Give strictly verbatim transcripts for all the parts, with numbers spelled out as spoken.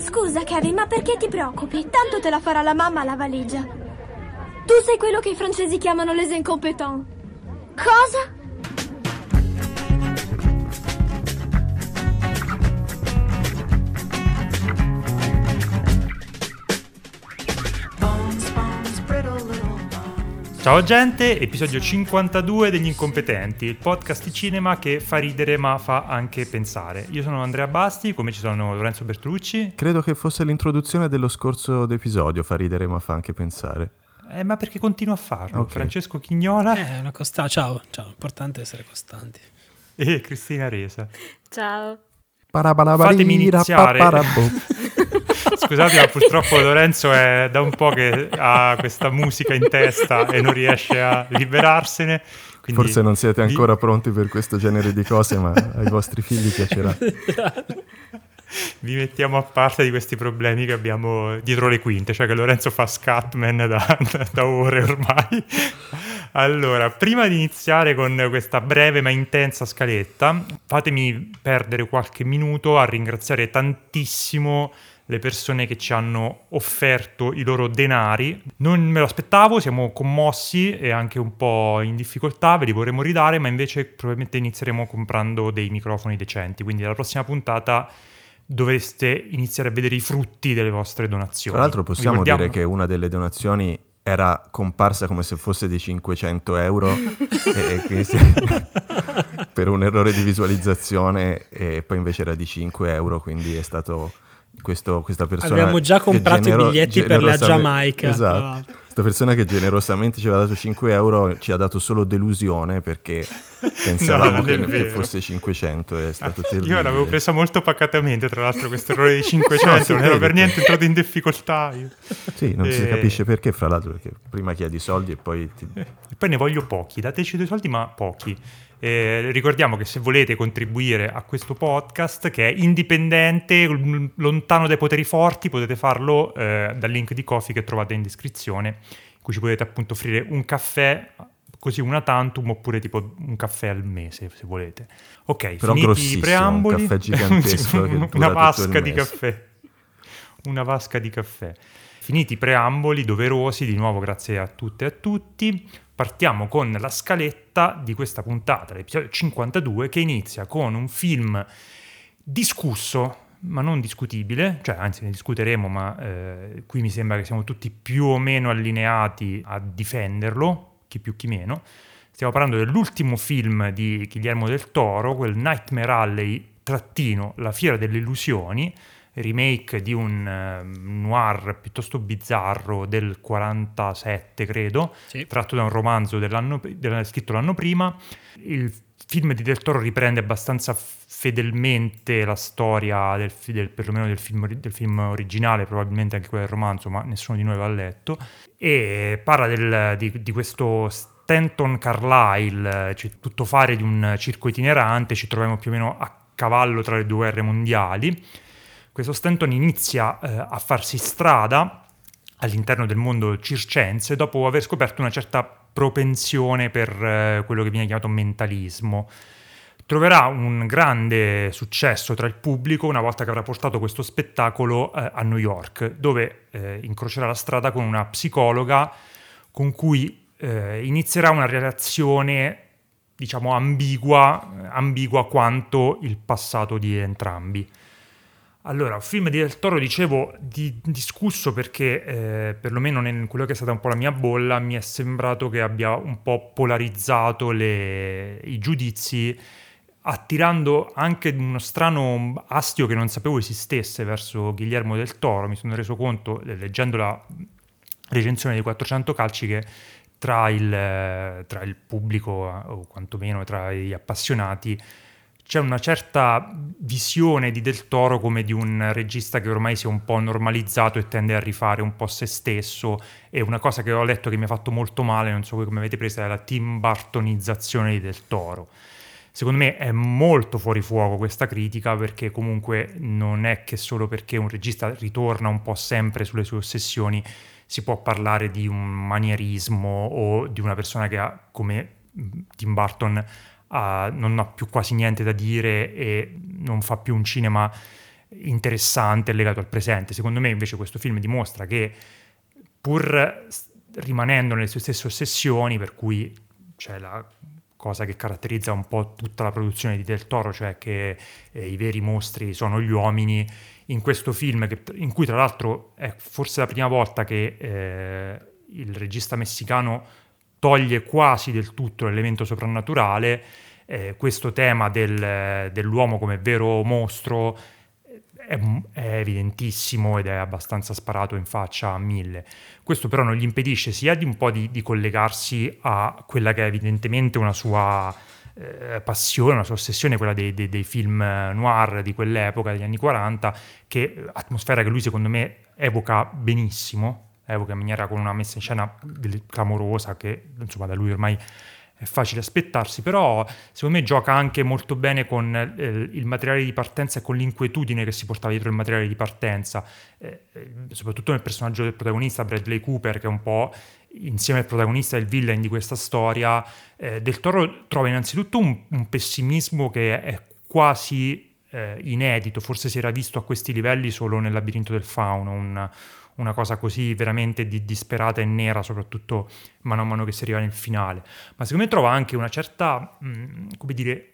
Scusa, Kevin, ma perché ti preoccupi? Tanto te la farà la mamma la valigia. Tu sei quello che i francesi chiamano les incompetents. Cosa? Ciao gente, episodio cinquantadue degli Incompetenti, il podcast di cinema che fa ridere ma fa anche pensare. Io sono Andrea Basti, come ci sono Lorenzo Bertolucci. Credo che fosse l'introduzione dello scorso episodio, fa ridere ma fa anche pensare. Eh, ma perché continuo a farlo? Okay. Francesco Chignola. Eh, una costa- ciao, ciao, l'importante è essere costanti. E Cristina Resa. Ciao. Fatemi iniziare. Scusate, ma purtroppo Lorenzo è da un po' che ha questa musica in testa e non riesce a liberarsene. Forse non siete vi... ancora pronti per questo genere di cose, ma ai vostri figli piacerà. Vi mettiamo a parte di questi problemi che abbiamo dietro le quinte, cioè che Lorenzo fa Scatman da, da, da ore ormai. Allora, prima di iniziare con questa breve ma intensa scaletta, fatemi perdere qualche minuto a ringraziare tantissimo le persone che ci hanno offerto i loro denari. Non me lo aspettavo, siamo commossi e anche un po' in difficoltà, ve li vorremmo ridare, ma invece probabilmente inizieremo comprando dei microfoni decenti, quindi alla prossima puntata dovreste iniziare a vedere i frutti delle vostre donazioni. Tra l'altro possiamo Ricordiamo... dire che una delle donazioni era comparsa come se fosse di cinquecento euro e, e si... per un errore di visualizzazione, e poi invece era di cinque euro, quindi è stato... Questo, questa persona abbiamo già comprato genero, i biglietti per la Giamaica. Esatto. Questa persona che generosamente ci aveva dato cinque euro ci ha dato solo delusione, perché pensavamo no, che, che fosse cinquecento. È stato terribile. Io l'avevo presa molto pacatamente, tra l'altro, questo errore di cinquecento. Non ero per niente entrato in difficoltà io. Sì, non e... si capisce perché, fra l'altro, perché prima chiedi soldi e poi ti... e poi ne voglio pochi, dateci dei soldi ma pochi. Eh, ricordiamo che se volete contribuire a questo podcast, che è indipendente, lontano dai poteri forti, potete farlo eh, dal link di Ko-fi che trovate in descrizione, in cui ci potete appunto offrire un caffè, così una tantum, oppure tipo un caffè al mese se volete. Ok, però finiti i preamboli, un caffè gigantesco che una vasca di caffè una vasca di caffè finiti i preamboli doverosi, di nuovo grazie a tutte e a tutti. Partiamo con la scaletta di questa puntata, l'episodio cinquantadue, che inizia con un film discusso, ma non discutibile, cioè anzi ne discuteremo, ma eh, qui mi sembra che siamo tutti più o meno allineati a difenderlo, chi più chi meno. Stiamo parlando dell'ultimo film di Guillermo del Toro, quel Nightmare Alley trattino La Fiera delle Illusioni, remake di un uh, noir piuttosto bizzarro del quarantasette, credo, sì, tratto da un romanzo dell'anno, dell'anno scritto l'anno prima. Il film di Del Toro riprende abbastanza fedelmente la storia del, del perlomeno del film, del film originale, probabilmente anche quella del romanzo, ma nessuno di noi l'ha letto, e parla del, di, di questo Stanton Carlyle, cioè tuttofare di un circo itinerante. Ci troviamo più o meno a cavallo tra le due guerre mondiali. Questo Stanton inizia eh, a farsi strada all'interno del mondo circense dopo aver scoperto una certa propensione per eh, quello che viene chiamato mentalismo. Troverà un grande successo tra il pubblico una volta che avrà portato questo spettacolo eh, a New York, dove eh, incrocerà la strada con una psicologa con cui eh, inizierà una relazione, diciamo, ambigua, ambigua quanto il passato di entrambi. Allora, un film di Del Toro, dicevo, di, discusso perché, eh, perlomeno in quello che è stata un po' la mia bolla, mi è sembrato che abbia un po' polarizzato le, i giudizi, attirando anche uno strano astio che non sapevo esistesse verso Guillermo Del Toro. Mi sono reso conto, leggendo la recensione dei quattrocento calci, che tra il, tra il pubblico, o quantomeno tra gli appassionati, c'è una certa visione di Del Toro come di un regista che ormai si è un po' normalizzato e tende a rifare un po' se stesso, e una cosa che ho letto che mi ha fatto molto male, non so voi come avete presa, è la Tim Burtonizzazione di Del Toro. Secondo me è molto fuori fuoco questa critica, perché comunque non è che solo perché un regista ritorna un po' sempre sulle sue ossessioni si può parlare di un manierismo o di una persona che ha, come Tim Burton, Uh, non ha più quasi niente da dire e non fa più un cinema interessante legato al presente. Secondo me invece questo film dimostra che, pur rimanendo nelle sue stesse ossessioni, per cui c'è la cosa che caratterizza un po' tutta la produzione di Del Toro, cioè che eh, i veri mostri sono gli uomini, in questo film, che, in cui tra l'altro è forse la prima volta che eh, il regista messicano toglie quasi del tutto l'elemento soprannaturale, eh, questo tema del, dell'uomo come vero mostro è, è evidentissimo ed è abbastanza sparato in faccia a mille. Questo però non gli impedisce sia di un po' di, di collegarsi a quella che è evidentemente una sua eh, passione, una sua ossessione, quella dei, dei, dei film noir di quell'epoca, degli anni quaranta, che atmosfera che lui secondo me evoca benissimo, evoca in maniera, con una messa in scena clamorosa che insomma da lui ormai è facile aspettarsi, però secondo me gioca anche molto bene con eh, il materiale di partenza e con l'inquietudine che si portava dietro il materiale di partenza, eh, soprattutto nel personaggio del protagonista Bradley Cooper, che è un po' insieme al protagonista e il villain di questa storia. eh, Del Toro trova innanzitutto un, un pessimismo che è quasi eh, inedito, forse si era visto a questi livelli solo nel Labirinto del Fauno, un una cosa così veramente di, disperata e nera, soprattutto mano a mano che si arriva nel finale. Ma secondo me trova anche una certa, mh, come dire,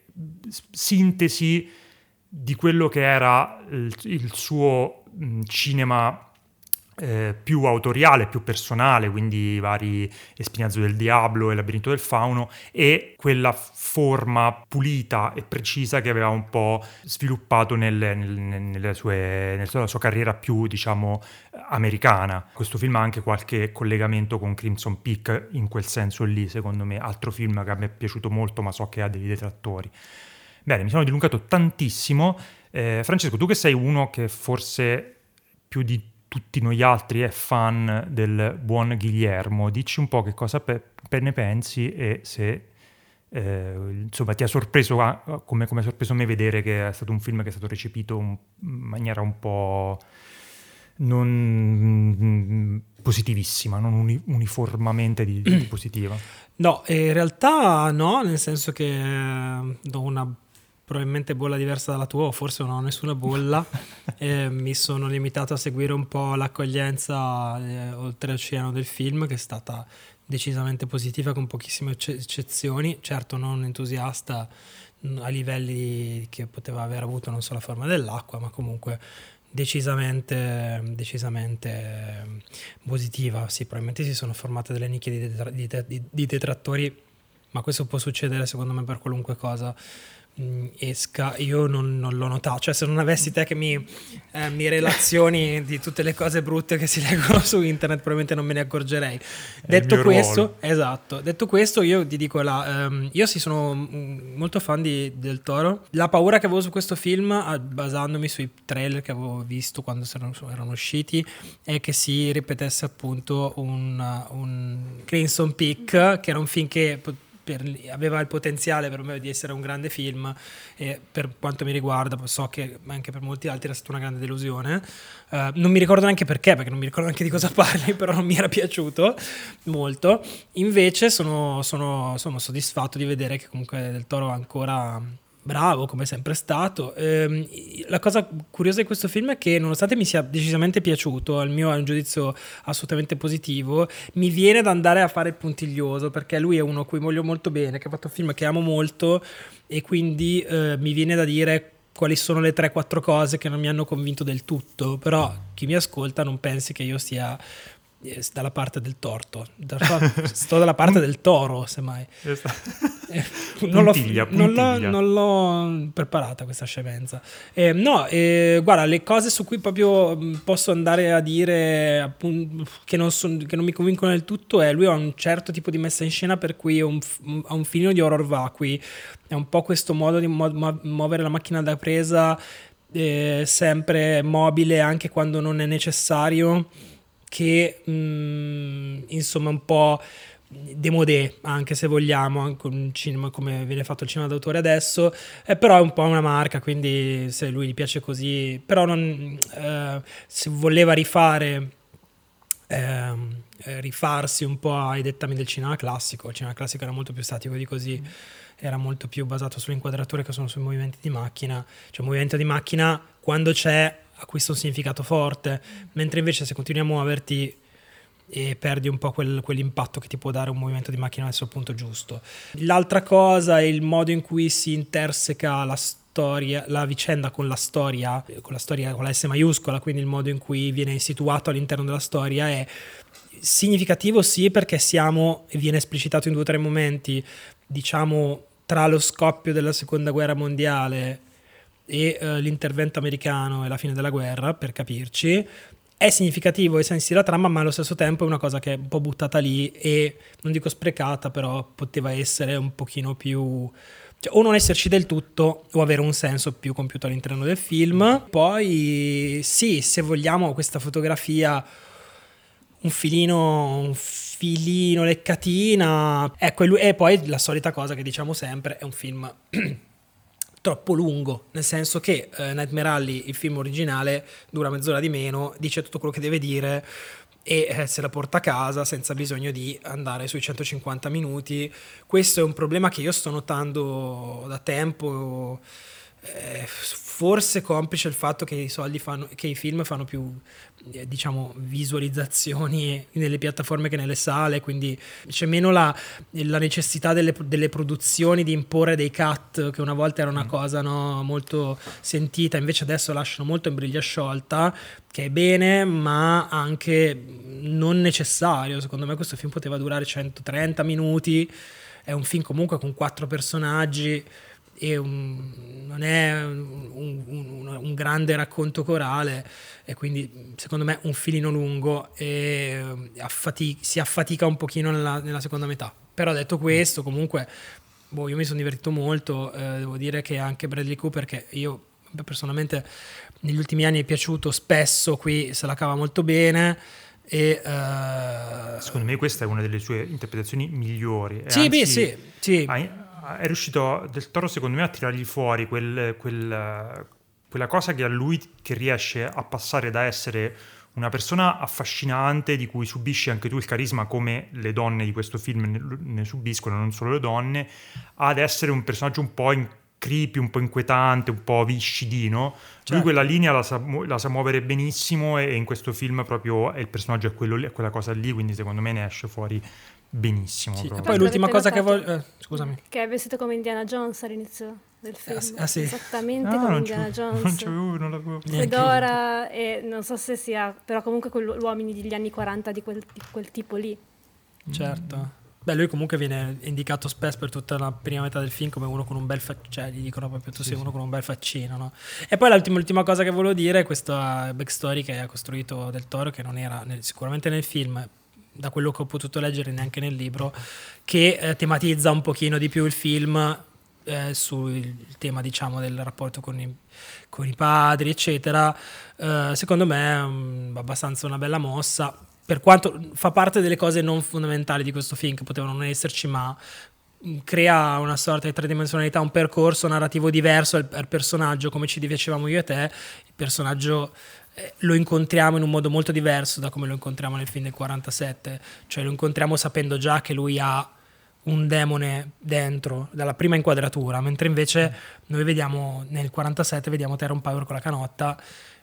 sintesi di quello che era il, il suo mh, cinema eh, più autoriale, più personale, quindi i vari Espinazo del Diablo e Labirinto del Fauno, e quella forma pulita e precisa che aveva un po' sviluppato nel, nel, nelle sue, nella sua carriera più, diciamo, americana. Questo film ha anche qualche collegamento con Crimson Peak in quel senso lì, secondo me, altro film che a me è piaciuto molto, ma so che ha dei detrattori. Bene, mi sono dilungato tantissimo. Eh, Francesco, tu che sei uno che forse più di tutti noi altri è fan del buon Guillermo, dici un po' che cosa pe- pe- ne pensi e se eh, insomma ti ha sorpreso a, come, come ha sorpreso me vedere che è stato un film che è stato recepito un, in maniera un po' non mm, positivissima, non uni- uniformamente di, di positiva. No, in realtà no, nel senso che eh, do una probabilmente bolla diversa dalla tua, o forse non ho nessuna bolla. eh, mi sono limitato a seguire un po' l'accoglienza eh, oltreoceano del film, che è stata decisamente positiva con pochissime eccezioni, certo non entusiasta a livelli che poteva aver avuto non so la Forma dell'acqua, ma comunque decisamente decisamente positiva. Sì, probabilmente si sono formate delle nicchie di, detra- di, di, di detrattori, ma questo può succedere secondo me per qualunque cosa esca. Io non, non l'ho notato, cioè se non avessi te che mi, eh, mi relazioni di tutte le cose brutte che si leggono su internet probabilmente non me ne accorgerei. Detto questo, ruolo. esatto, detto questo io ti dico la, um, io sì sono molto fan di Del Toro. La paura che avevo su questo film, basandomi sui trailer che avevo visto quando erano, erano usciti, è che si ripetesse appunto un, un Crimson Peak, che era un film che Per, aveva il potenziale per me di essere un grande film, e per quanto mi riguarda so che anche per molti altri era stata una grande delusione. Uh, non mi ricordo neanche perché, perché non mi ricordo neanche di cosa parli, però non mi era piaciuto molto. Invece sono, sono, sono soddisfatto di vedere che comunque Del Toro ancora bravo come è sempre stato. Ehm, la cosa curiosa di questo film è che nonostante mi sia decisamente piaciuto, al mio è un giudizio assolutamente positivo, mi viene da andare a fare il puntiglioso, perché lui è uno a cui voglio molto bene, che ha fatto film che amo molto, e quindi eh, mi viene da dire quali sono le tre quattro cose che non mi hanno convinto del tutto. Però chi mi ascolta non pensi che io stia dalla parte del torto, sto dalla parte del toro, semmai. Eh, non, puntiglia, l'ho, puntiglia. Non, l'ho, non l'ho preparata questa scemenza. Eh, no, eh, guarda, le cose su cui proprio posso andare a dire appunto, che, non son, che non mi convincono del tutto è lui ha un certo tipo di messa in scena per cui è un, ha un filino di horror vacui, è un po' questo modo di mu- muovere la macchina da presa eh, sempre mobile anche quando non è necessario, che mh, insomma un po' démodé, anche se vogliamo, anche un cinema come viene fatto il cinema d'autore adesso, eh, però è un po' una marca, quindi se lui gli piace così, però non, eh, se voleva rifare eh, rifarsi un po' ai dettami del cinema classico, il cinema classico era molto più statico di così, era molto più basato sulle inquadrature che sono sui movimenti di macchina, cioè movimento di macchina quando c'è acquista un significato forte, mentre invece se continuiamo a averti e perdi un po' quel, quell'impatto che ti può dare un movimento di macchina verso il punto giusto. L'altra cosa è il modo in cui si interseca la storia, la vicenda con la storia, con la storia con la S maiuscola, quindi il modo in cui viene situato all'interno della storia è significativo, sì, perché siamo, e viene esplicitato in due o tre momenti, diciamo tra lo scoppio della seconda guerra mondiale e uh, l'intervento americano e la fine della guerra, per capirci. È significativo ai sensi della trama, ma allo stesso tempo è una cosa che è un po' buttata lì e non dico sprecata, però poteva essere un pochino più, cioè, o non esserci del tutto o avere un senso più compiuto all'interno del film. Poi sì, se vogliamo questa fotografia un filino un filino leccatina, ecco, e, lui, e poi la solita cosa che diciamo sempre, è un film troppo lungo, nel senso che eh, Nightmare Alley, il film originale, dura mezz'ora di meno, dice tutto quello che deve dire e eh, se la porta a casa senza bisogno di andare sui centocinquanta minuti. Questo è un problema che io sto notando da tempo, eh, forse complice il fatto che i soldi fanno, che i film fanno più eh, diciamo visualizzazioni nelle piattaforme che nelle sale, quindi c'è meno la, la necessità delle, delle produzioni di imporre dei cut, che una volta era una cosa, no, molto sentita, invece adesso lasciano molto in briglia sciolta, che è bene ma anche non necessario. Secondo me questo film poteva durare centotrenta minuti, è un film comunque con quattro personaggi e un, non è un, un, un grande racconto corale, e quindi secondo me un filino lungo e affatic- si affatica un pochino nella, nella seconda metà. Però detto questo, comunque boh, io mi sono divertito molto, eh, devo dire che anche Bradley Cooper, che io personalmente negli ultimi anni è piaciuto spesso, qui se la cava molto bene. E uh... secondo me questa è una delle sue interpretazioni migliori. Sì, anzi, beh, sì, sì. Ha, è riuscito Del Toro secondo me a tirargli fuori quel, quel, quella cosa che a lui, che riesce a passare da essere una persona affascinante di cui subisci anche tu il carisma, come le donne di questo film ne, ne subiscono, non solo le donne, ad essere un personaggio un po' in creepy, un po' inquietante, un po' viscidino. Certo. Lui quella linea la sa, la sa muovere benissimo, e in questo film proprio è il personaggio è quello lì, è quella cosa lì, quindi secondo me ne esce fuori benissimo. Sì. E poi l'ultima cosa che voglio eh, scusami, che è vestito come Indiana Jones all'inizio del film, ah, sì. esattamente ah, come Indiana Jones, non c'avevo, non l'avevo fedora, e non so se sia, però comunque gli uomini degli anni quaranta di quel, di quel tipo lì. Certo. Beh, lui comunque viene indicato spesso per tutta la prima metà del film come uno con un bel faccino, cioè gli dicono proprio tu sì, sei uno sì. con un bel faccino, no? E poi l'ultima, l'ultima cosa che volevo dire è questa backstory che ha costruito Del Toro, che non era nel, sicuramente nel film, da quello che ho potuto leggere neanche nel libro, che eh, tematizza un pochino di più il film eh, sul tema, diciamo, del rapporto con i, con i padri, eccetera. Eh, secondo me è um, abbastanza una bella mossa, per quanto fa parte delle cose non fondamentali di questo film, che potevano non esserci, ma crea una sorta di tridimensionalità, un percorso narrativo diverso al, al personaggio, come ci dicevamo io e te. Il personaggio eh, lo incontriamo in un modo molto diverso da come lo incontriamo nel film del quarantasette, cioè lo incontriamo sapendo già che lui ha un demone dentro dalla prima inquadratura, mentre invece noi vediamo nel quarantasette vediamo Tyrone Power con la canotta,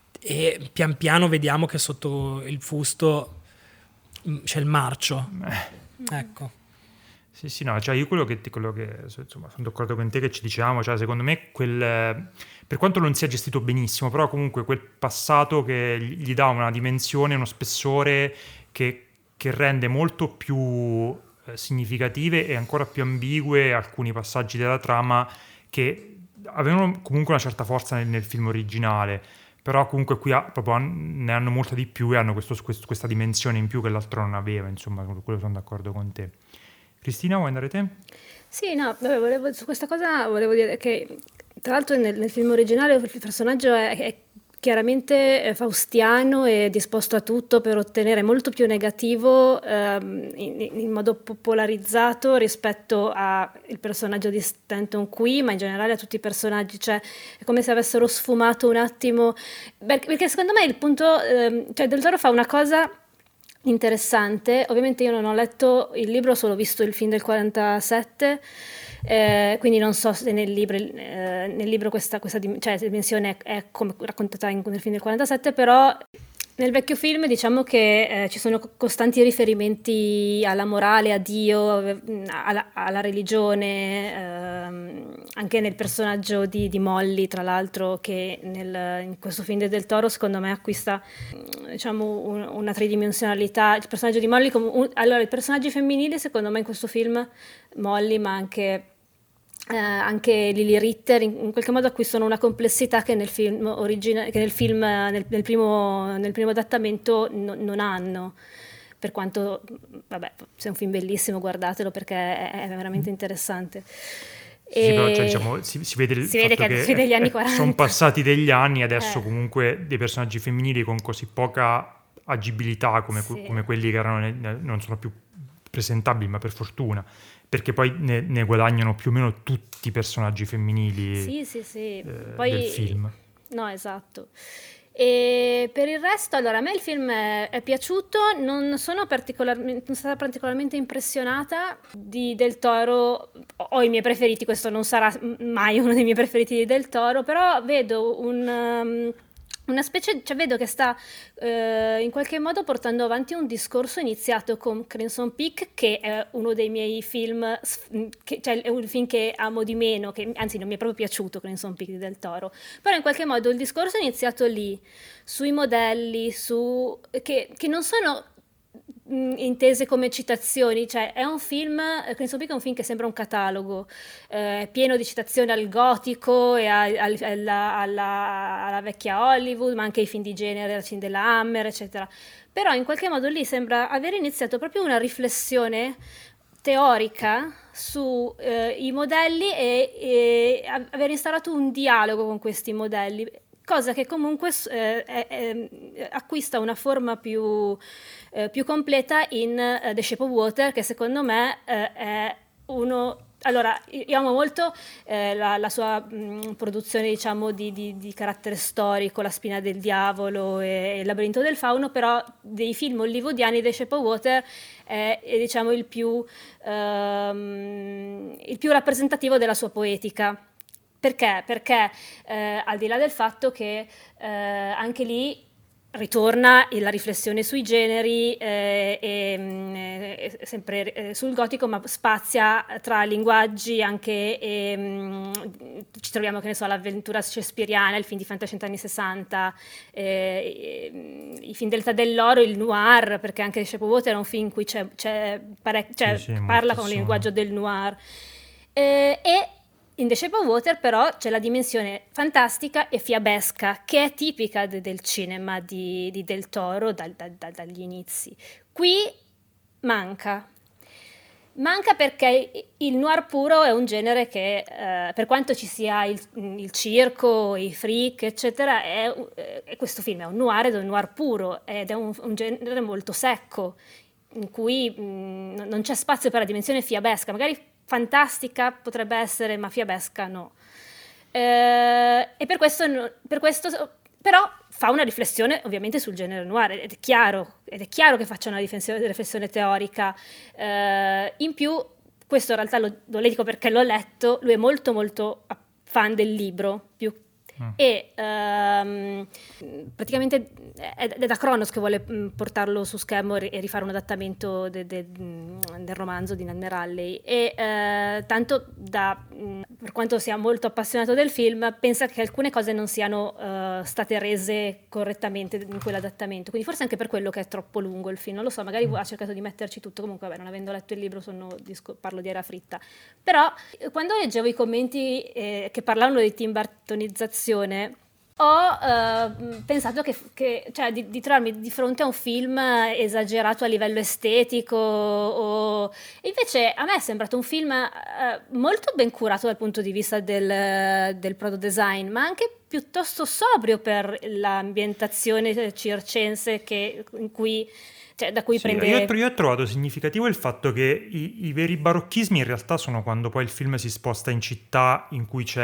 e pian piano vediamo che sotto il fusto c'è il marcio. Eh. Ecco. Sì, sì, no, cioè io quello che, quello che insomma, sono d'accordo con te che ci diciamo, cioè secondo me quel, per quanto non sia gestito benissimo, però comunque quel passato che gli dà una dimensione, uno spessore che, che rende molto più eh, significative e ancora più ambigue alcuni passaggi della trama, che avevano comunque una certa forza nel, nel film originale, però comunque qui ha, proprio ne hanno molta di più e hanno questo, questo, questa dimensione in più che l'altro non aveva, insomma, con quello sono d'accordo con te. Cristina, vuoi andare te? Sì, no, vabbè, volevo, su questa cosa volevo dire che tra l'altro nel, nel film originale il personaggio è, è chiaramente faustiano e disposto a tutto per ottenere molto più negativo ehm, in, in modo popolarizzato rispetto al personaggio di Stanton qui, ma in generale a tutti i personaggi, cioè è come se avessero sfumato un attimo, perché, perché secondo me il punto, ehm, cioè Del Toro fa una cosa interessante. Ovviamente io non ho letto il libro, ho solo visto il film del quarantasette, eh, quindi non so se nel libro, eh, nel libro questa, questa dim- cioè, dimensione è, è come raccontata in- nel film del quarantasette, però nel vecchio film diciamo che eh, ci sono costanti riferimenti alla morale, a Dio, eh, alla, alla religione, ehm, anche nel personaggio di, di Molly, tra l'altro, che nel, in questo film de- del Toro secondo me acquista diciamo un- una tridimensionalità. Il personaggio di Molly, come un- allora i personaggi femminili secondo me in questo film, Molly ma anche eh, anche Lily Ritter in, in qualche modo acquistano una complessità che nel film origina- che nel film nel, nel primo, nel primo adattamento no- non hanno, per quanto vabbè, se è un film bellissimo guardatelo perché è, è veramente interessante. Sì, però cioè, E diciamo, si, si vede il si vede fatto che, che, si vede gli anni eh, quaranta. sono passati degli anni, adesso Eh. comunque dei personaggi femminili con così poca agibilità come, Sì. come quelli che erano nel- nel- non sono più presentabili, ma per fortuna, perché poi ne, ne guadagnano più o meno tutti i personaggi femminili Sì, sì, sì. eh, Poi, del film. no, esatto. E per il resto, allora, a me il film è, è piaciuto, non sono particolarmente, non sono stata particolarmente impressionata di Del Toro, ho i miei preferiti, questo non sarà mai uno dei miei preferiti di Del Toro, però vedo un... um, una specie, cioè vedo che sta eh, in qualche modo portando avanti un discorso iniziato con Crimson Peak, che è uno dei miei film, sf- che, cioè è un film che amo di meno, che anzi non mi è proprio piaciuto Crimson Peak di Del Toro, però in qualche modo il discorso è iniziato lì, sui modelli, su, che, che non sono mh, intese come citazioni, cioè è un film, eh, Crimson Peak è un film che sembra un catalogo, eh, pieno di citazioni al gotico e a- al- alla, alla- alla vecchia Hollywood, ma anche ai film di genere, la Cinderella Hammer, eccetera. Però in qualche modo lì sembra aver iniziato proprio una riflessione teorica su eh, i modelli e, e a- aver instaurato un dialogo con questi modelli, cosa che comunque eh, è- è- acquista una forma più, eh, più completa in eh, The Shape of Water, che secondo me eh, è uno... Allora, io amo molto eh, la, la sua mh, produzione, diciamo, di, di- di carattere storico, La spina del diavolo e, e Il labirinto del fauno, però dei film hollywoodiani The Shape of Water è, è, diciamo, il più, ehm, il più rappresentativo della sua poetica. Perché? Perché eh, al di là del fatto che eh, anche lì ritorna la riflessione sui generi eh, e, mh, eh, sempre eh, sul gotico, ma spazia tra linguaggi anche, e, mh, ci troviamo, che ne so, l'avventura shakespeariana, il film di fantascienza anni sessanta, eh, e, i film dell'età dell'oro, il noir, perché anche The Shape of Water è un film in cui c'è, c'è parec- cioè, Sì, sì, parla con il moltissimo. linguaggio del noir. Eh, e in The Shape of Water però c'è la dimensione fantastica e fiabesca che è tipica de- del cinema di, di Del Toro dal- dal- dal- dagli inizi. Qui manca. Manca perché il noir puro è un genere che, eh, per quanto ci sia il, il circo, i freak, eccetera, è, è- questo film è un noir ed è un noir puro ed è un, un genere molto secco, in cui mh, non c'è spazio per la dimensione fiabesca. Magari fantastica potrebbe essere, ma fiabesca no. Eh, e per questo, no- per questo però fa una riflessione ovviamente sul genere noir, ed è chiaro, ed è chiaro che faccia una riflessione, riflessione teorica. Eh, in più, questo in realtà lo, lo dico perché l'ho letto, lui è molto molto fan del libro, più Mm. e ehm, praticamente è, è da Cronos che vuole mh, portarlo su schermo e rifare un adattamento de- de- mh, del romanzo di Nanne Ralley, e eh, tanto da, mh, per quanto sia molto appassionato del film, pensa che alcune cose non siano eh, state rese correttamente in quell'adattamento, quindi forse anche per quello che è troppo lungo il film, non lo so, magari ha cercato di metterci tutto. Comunque vabbè, non avendo letto il libro sono, disco- parlo di aria fritta, però eh, quando leggevo i commenti eh, che parlavano di Tim Burtonizzazione, ho eh, pensato che, che cioè, di, di trovarmi di fronte a un film esagerato a livello estetico, o... e invece a me è sembrato un film eh, molto ben curato dal punto di vista del, del product design, ma anche piuttosto sobrio per l'ambientazione circense che, in cui, cioè, da cui Sì, prende... io, io ho trovato significativo il fatto che i, i veri barocchismi in realtà sono quando poi il film si sposta in città in cui c'è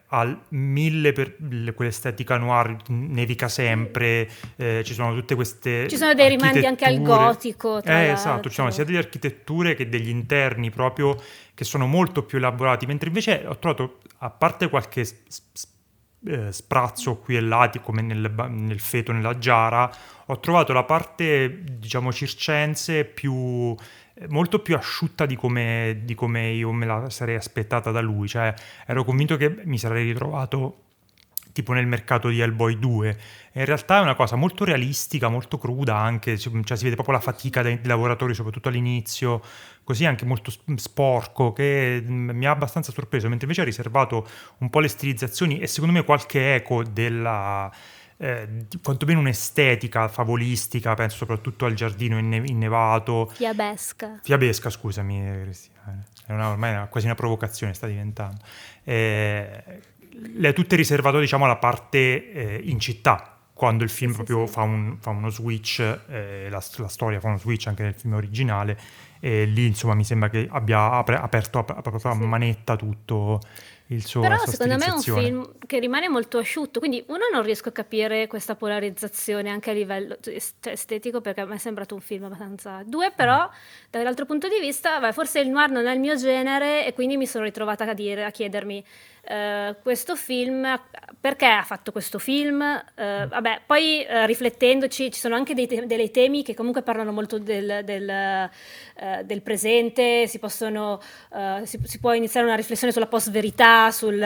al mille per quell'estetica noir, nevica sempre, eh, ci sono tutte queste ci sono dei rimandi anche al gotico, tra eh, l'altro. esatto, ci sono sia delle architetture che degli interni proprio che sono molto più elaborati, mentre invece ho trovato, a parte qualche s- s- eh, sprazzo qui e là, come nel, nel feto nella giara, ho trovato la parte, diciamo, circense più molto più asciutta di come, di come io me la sarei aspettata da lui, cioè ero convinto che mi sarei ritrovato tipo nel mercato di Hellboy due, e in realtà è una cosa molto realistica, molto cruda anche, cioè si vede proprio la fatica dei lavoratori soprattutto all'inizio, così anche molto sporco, che mi ha abbastanza sorpreso, mentre invece ha riservato un po' le stilizzazioni e secondo me qualche eco della Eh, quantomeno un'estetica favolistica, penso soprattutto al giardino inne- innevato. Fiabesca. Fiabesca, scusami, Cristina. È una, ormai è una, quasi una provocazione, sta diventando. Eh, le ha tutte riservato, diciamo, alla parte eh, in città, quando il film Sì, proprio sì. Fa, un, fa uno switch, eh, la, la storia fa uno switch anche nel film originale, e lì, insomma, mi sembra che abbia apre, aperto a, a, a Sì. manetta tutto il suo, Però la sua secondo me è un stilizzazione. film che rimane molto asciutto, quindi uno non riesco a capire questa polarizzazione anche a livello est- cioè, estetico, perché a me è sembrato un film abbastanza... Due, però, dall'altro punto di vista, beh, forse il noir non è il mio genere e quindi mi sono ritrovata a dire, a chiedermi eh, questo film, perché ha fatto questo film? Eh, vabbè, poi eh, riflettendoci ci sono anche dei, te- dei temi che comunque parlano molto del, del, eh, del presente, si possono... eh, si, si può iniziare una riflessione sulla post-verità, sul,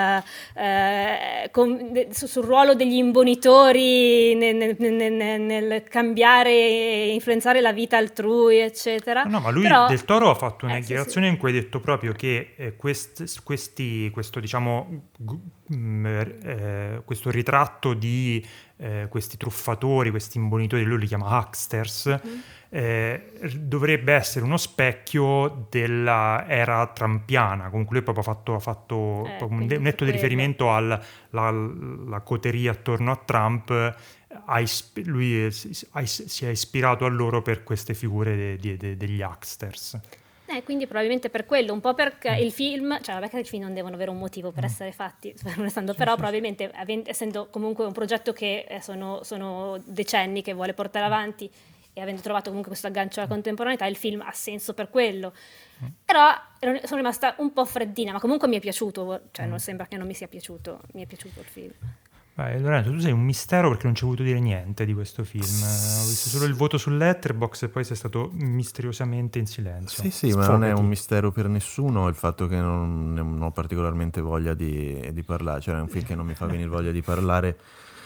eh, com, de, su, sul ruolo degli imbonitori nel, nel, nel, nel cambiare e influenzare la vita altrui, eccetera. No, no, ma lui Però, Del Toro ha fatto eh, sì, un'indichiarazione sì. in cui ha detto proprio che eh, quest- questi, questo, diciamo, gu- mh, eh, questo ritratto di eh, questi truffatori, questi imbonitori, lui li chiama hucksters, Mm. eh, dovrebbe essere uno specchio della era trampiana. Comunque lui proprio ha fatto, ha fatto Eh, proprio un quindi de- netto per di quello. riferimento alla la, la coteria attorno a Trump. Ha isp- lui è- si ha is- si è ispirato a loro per queste figure de- de- de- degli hucksters. Eh, quindi probabilmente per quello, un po' perché il film, cioè vabbè che i film non devono avere un motivo per essere fatti, restando, però probabilmente avendo- essendo comunque un progetto che eh, sono, sono decenni che vuole portare avanti e avendo trovato comunque questo aggancio alla contemporaneità, il film ha senso per quello. Però ero- sono rimasta un po' freddina, ma comunque mi è piaciuto, cioè non sembra che non mi sia piaciuto, mi è piaciuto il film. Beh, Lorenzo, tu sei un mistero perché non ci hai voluto dire niente di questo film. Eh, Ho visto solo il voto su Letterboxd e poi sei stato misteriosamente in silenzio. Sì, sì, ma non è Sfogati. un mistero per nessuno il fatto che non, non ho particolarmente voglia di, di parlare, cioè è un film che non mi fa venire voglia di parlare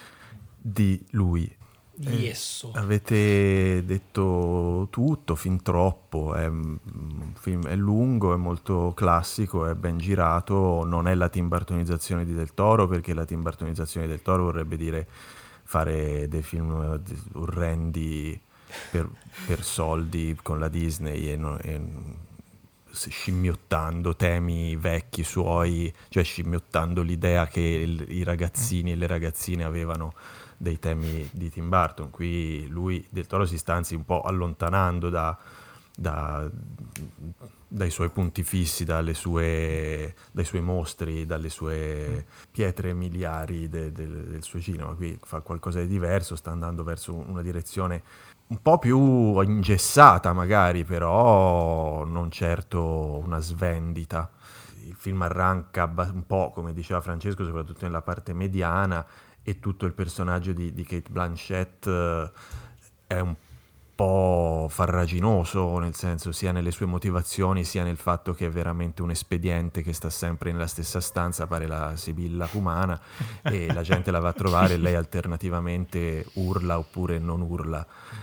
di lui. Yesso. Avete detto tutto, fin troppo, è un film è lungo, è molto classico, è ben girato, non è la Tim Burtonizzazione di Del Toro, perché la Tim Burtonizzazione di Del Toro vorrebbe dire fare dei film orrendi per, per soldi con la Disney e, no- e scimmiottando temi vecchi suoi, cioè scimmiottando l'idea che il- i ragazzini e le ragazzine avevano dei temi di Tim Burton. Qui lui, Del Toro, si sta anzi un po' allontanando da, da- dai suoi punti fissi, dalle sue, dai suoi mostri, dalle sue pietre miliari de- de- del suo cinema. Qui fa qualcosa di diverso, sta andando verso una direzione un po' più ingessata magari, però non certo una svendita. Il film arranca abba- un po', come diceva Francesco, soprattutto nella parte mediana, e tutto il personaggio di, di Cate Blanchett eh, è un po' farraginoso, nel senso sia nelle sue motivazioni sia nel fatto che è veramente un espediente che sta sempre nella stessa stanza, pare la Sibilla Cumana, e la gente la va a trovare e lei alternativamente urla oppure non urla,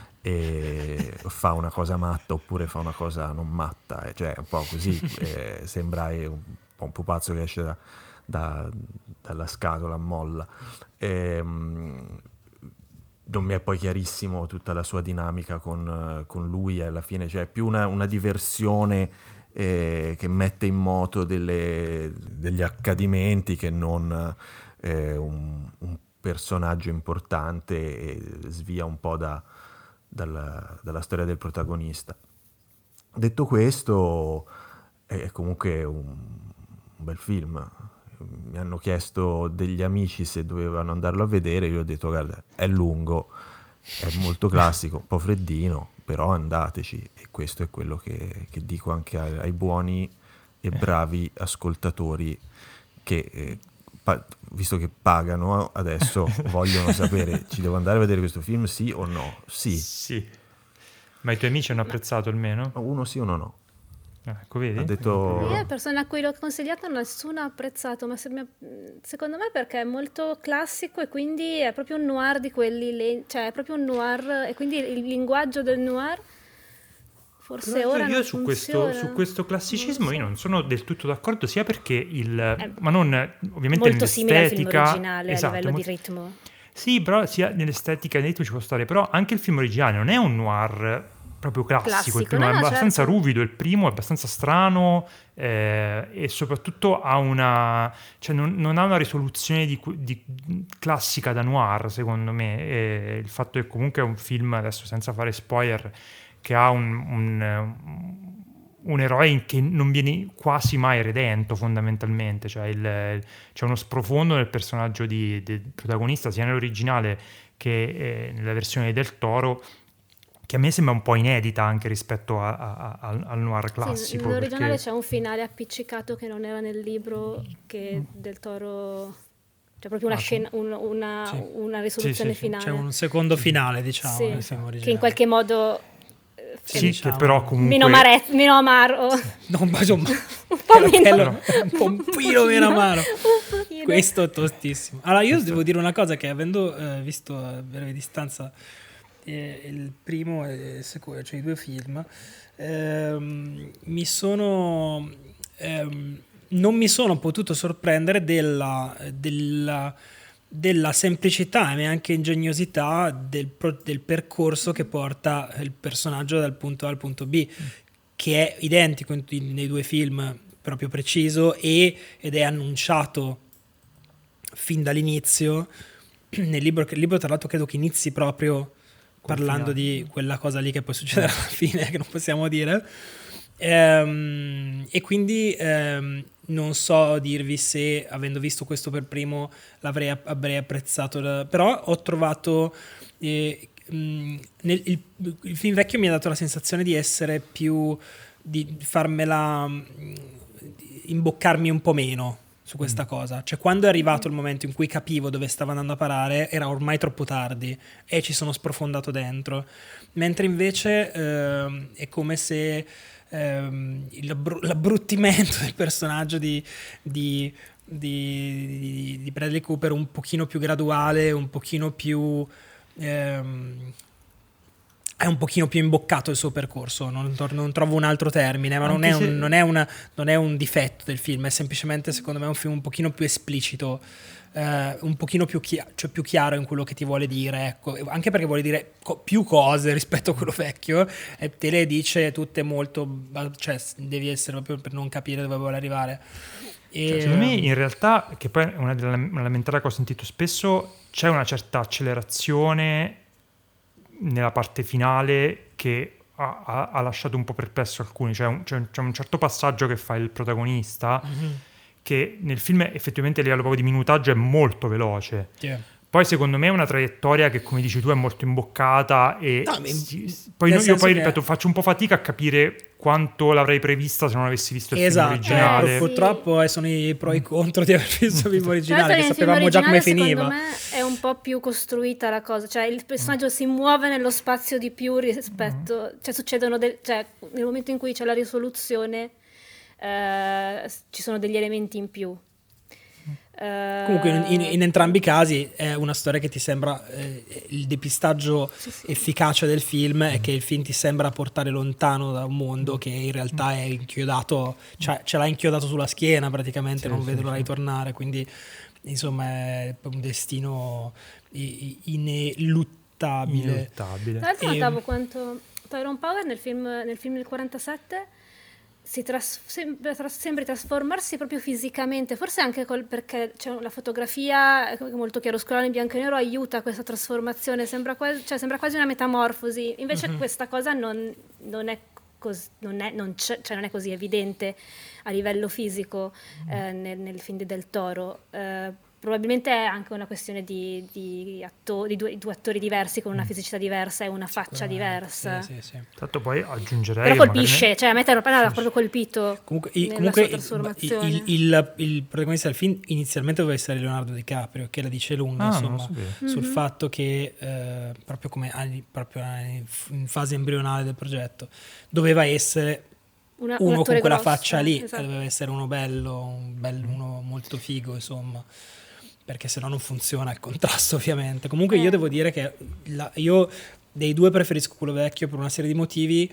e fa una cosa matta oppure fa una cosa non matta, eh, cioè è un po' così, eh, sembra eh, un po' un pupazzo che esce da, da- dalla scatola a molla. Ehm, non mi è poi chiarissimo tutta la sua dinamica con, eh, con lui alla fine, cioè è più una, una diversione eh, che mette in moto delle- degli accadimenti che non eh, un, un personaggio importante, e svia un po' da- dalla, dalla storia del protagonista. Detto questo, è comunque un, un bel film. mi hanno chiesto degli amici se dovevano andarlo a vedere, io ho detto guarda, è lungo, è molto classico, un po' freddino, però andateci, e questo è quello che, che dico anche ai, ai buoni e bravi ascoltatori che eh, pa- visto che pagano adesso vogliono sapere ci devo andare a vedere questo film sì o no? Sì. Sì. Ma i tuoi amici hanno apprezzato almeno? Uno sì, uno no. Ecco, vedi? Ha detto Io, le persone a cui l'ho consigliato, nessuno ha apprezzato, ma se mi- secondo me perché è molto classico e quindi è proprio un noir di quelli, le- cioè è proprio un noir e quindi il linguaggio del noir forse Però ora io non su questo, funziona. su questo classicismo Non lo so. io non sono del tutto d'accordo, sia perché il... È ma non ovviamente molto simile al film nell'estetica... originale esatto, a livello mo- di ritmo. Sì, però sia nell'estetica e nel ritmo ci può stare, però anche il film originale non è un noir proprio classico, Classico, il primo no, è no, abbastanza certo. ruvido, il primo è abbastanza strano eh, e soprattutto ha una, cioè non, non ha una risoluzione di, di- classica da noir secondo me, e il fatto che comunque è un film, adesso senza fare spoiler, che ha un, un, un eroe che non viene quasi mai redento fondamentalmente, cioè il- c'è uno sprofondo nel personaggio di- del protagonista sia nell'originale che eh, nella versione del Toro, che a me sembra un po' inedita anche rispetto a- a- a- al noir Sì, classico. nell'originale perché- c'è un finale appiccicato che non era nel libro, che del Toro, c'è proprio una Ah, scena, un- una, Sì. una risoluzione Sì, sì, sì. finale. C'è un secondo finale, diciamo, Sì, nel film che originale. in qualche modo eh, Sì, Sì, diciamo. che però comunque... meno, amare- meno amaro, No, ma insomma, un po' quello- meno, quello- un pompino meno amaro. un pochino. Questo è tostissimo. Allora, io devo dire una cosa, che avendo eh, visto a breve distanza eh, il primo e il secondo, cioè i due film, ehm, mi sono... ehm, non mi sono potuto sorprendere della... della della semplicità e anche ingegnosità del, pro- del percorso che porta il personaggio dal punto A al punto B, che è identico in- in- nei due film, proprio preciso, e, ed è annunciato fin dall'inizio nel libro, che il libro tra l'altro credo che inizi proprio parlando di quella cosa lì che poi succederà alla fine, che non possiamo dire. Ehm, e quindi ehm, non so dirvi se, avendo visto questo per primo, l'avrei avrei apprezzato, la- però ho trovato eh, mh, nel, il, il film vecchio mi ha dato la sensazione di essere più, di farmela mh, di imboccarmi un po' meno su questa Mm. cosa, cioè quando è arrivato il momento in cui capivo dove stava andando a parare era ormai troppo tardi e ci sono sprofondato dentro, mentre invece ehm, è come se ehm, il- l'abbru- l'abbruttimento del personaggio di, di, di, di- di Bradley Cooper un pochino più graduale, un pochino più ehm, è un pochino più imboccato il suo percorso, non, non trovo un altro termine, ma non Anche è, un, se- non, è una, non è un difetto del film, è semplicemente secondo me un film un pochino più esplicito, eh, un pochino più, chia- cioè più chiaro in quello che ti vuole dire, ecco. Anche perché vuole dire co- più cose rispetto a quello vecchio, e te le dice tutte molto, cioè devi essere proprio per non capire dove vuole arrivare. E, Cioè, secondo me in realtà, che poi è una delle una lamentela che ho sentito spesso, c'è una certa accelerazione nella parte finale che ha, ha- ha lasciato un po' perplesso alcuni, cioè un- c'è, un, c'è un certo passaggio che fa il protagonista Mhm. che nel film effettivamente a livello proprio di minutaggio è molto veloce. Sì. Poi secondo me è una traiettoria che, come dici tu, è molto imboccata e No, ma- si- si- poi nel no- io senso poi che- ripeto, faccio un po' fatica a capire quanto l'avrei prevista se non avessi visto il Esatto, film originale. Eh, pur- purtroppo eh, sono i pro e i contro di aver visto il film Tra originale, l'altro che nel film sapevamo già come originale, finiva. secondo me è un po' più costruita la cosa, cioè il personaggio si muove nello spazio di più rispetto, cioè succedono del, cioè nel momento in cui c'è la risoluzione eh, ci sono degli elementi in più. Eh, Comunque in, in- in entrambi i casi è una storia che ti sembra eh, il depistaggio Sì, sì. efficace del film è che il film ti sembra portare lontano da un mondo che in realtà è inchiodato, cioè ce l'ha inchiodato sulla schiena praticamente, Sì, non sì, vede l'ora sì. di tornare, quindi insomma è un destino i- i- ineluttabile. Ineluttabile. Tra l'altro E- notavo quanto Tyrone Power nel film, nel film del quarantasette si tras- sembra, tras- sembri trasformarsi proprio fisicamente, forse anche col- perché c'è la fotografia è molto chiaroscura in bianco e nero aiuta questa trasformazione, sembra quasi, cioè, sembra quasi una metamorfosi, invece Mhm. questa cosa non, non è cos- non, è, non, c'è, cioè non è così evidente a livello fisico eh, nel, nel film di Del Toro. Eh, probabilmente è anche una questione di, di, atto- di due, due attori diversi con una fisicità diversa e una faccia diversa. Sì, sì, sì. Tanto poi aggiungerei... Però magari colpisce, ne- cioè a me Terror Penna l'ha proprio colpito Comunque, i- nella comunque sua il, trasformazione. il, il- il protagonista del film inizialmente doveva essere Leonardo DiCaprio, che la dice lunga, Ah, non lo insomma, sapevo. sul Mhm. fatto che eh, proprio come anni- proprio in fase embrionale del progetto doveva essere Una- un uno attore con quella grosso, faccia lì, esatto. doveva essere uno bello, un bello, uno molto figo, insomma, perché sennò non funziona il contrasto, ovviamente. Comunque Eh. io devo dire che la- io dei due preferisco quello vecchio per una serie di motivi,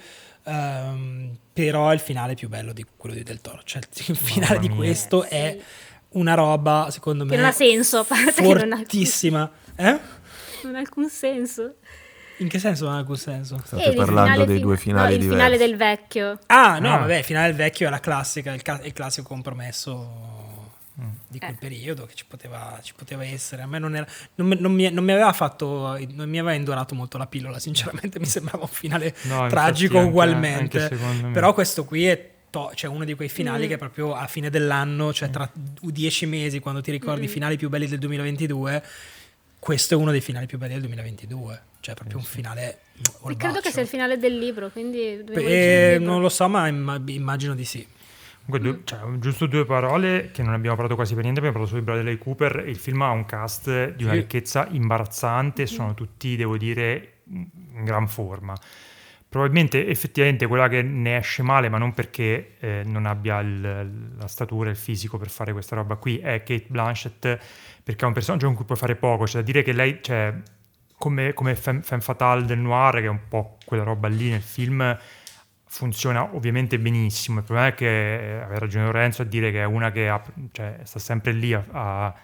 ehm, però il finale è più bello di quello di Del Toro, cioè il finale di mia. questo Eh, è sì. una roba, secondo me, Che non ha senso, a parte che non ha- fortissima. Eh? Non ha alcun senso. In che senso non ha alcun senso? State il parlando finale dei fi- due finali no, il diversi. finale del vecchio. Ah, no, Ah. vabbè, il finale del vecchio è la classica, il, ca- il classico compromesso di quel Eh. periodo che ci poteva, ci poteva essere. A me non, era, non, mi- non mi, non mi aveva fatto, non mi aveva indorato molto la pillola, sinceramente mi sembrava un finale No, infatti tragico anche- ugualmente. anche secondo me. Però questo qui è to- cioè uno di quei finali Mm. che proprio a fine dell'anno, cioè tra dieci mesi, quando ti ricordi i finali più belli del duemilaventidue, questo è uno dei finali più belli del duemilaventidue. Cioè proprio un finale E credo che olbaccio. sia il finale del libro, quindi dobbiamo Beh, leggere il libro. non lo so, ma imma- immagino di sì. Comunque, due- cioè, giusto due parole che non abbiamo parlato quasi per niente, abbiamo parlato su Bradley Cooper. Il film ha un cast di una Sì. ricchezza imbarazzante, sono tutti, devo dire, in gran forma. Probabilmente effettivamente quella che ne esce male, ma non perché eh, non abbia il- la statura e il fisico per fare questa roba qui, è Cate Blanchett, perché è un personaggio con cui puoi fare poco, cioè da dire che lei, cioè, come, come femme, femme fatale del noir, che è un po' quella roba lì nel film, funziona ovviamente benissimo. Il problema è che, eh, aveva ragione Lorenzo a dire che è una che ha- cioè, sta sempre lì a, a-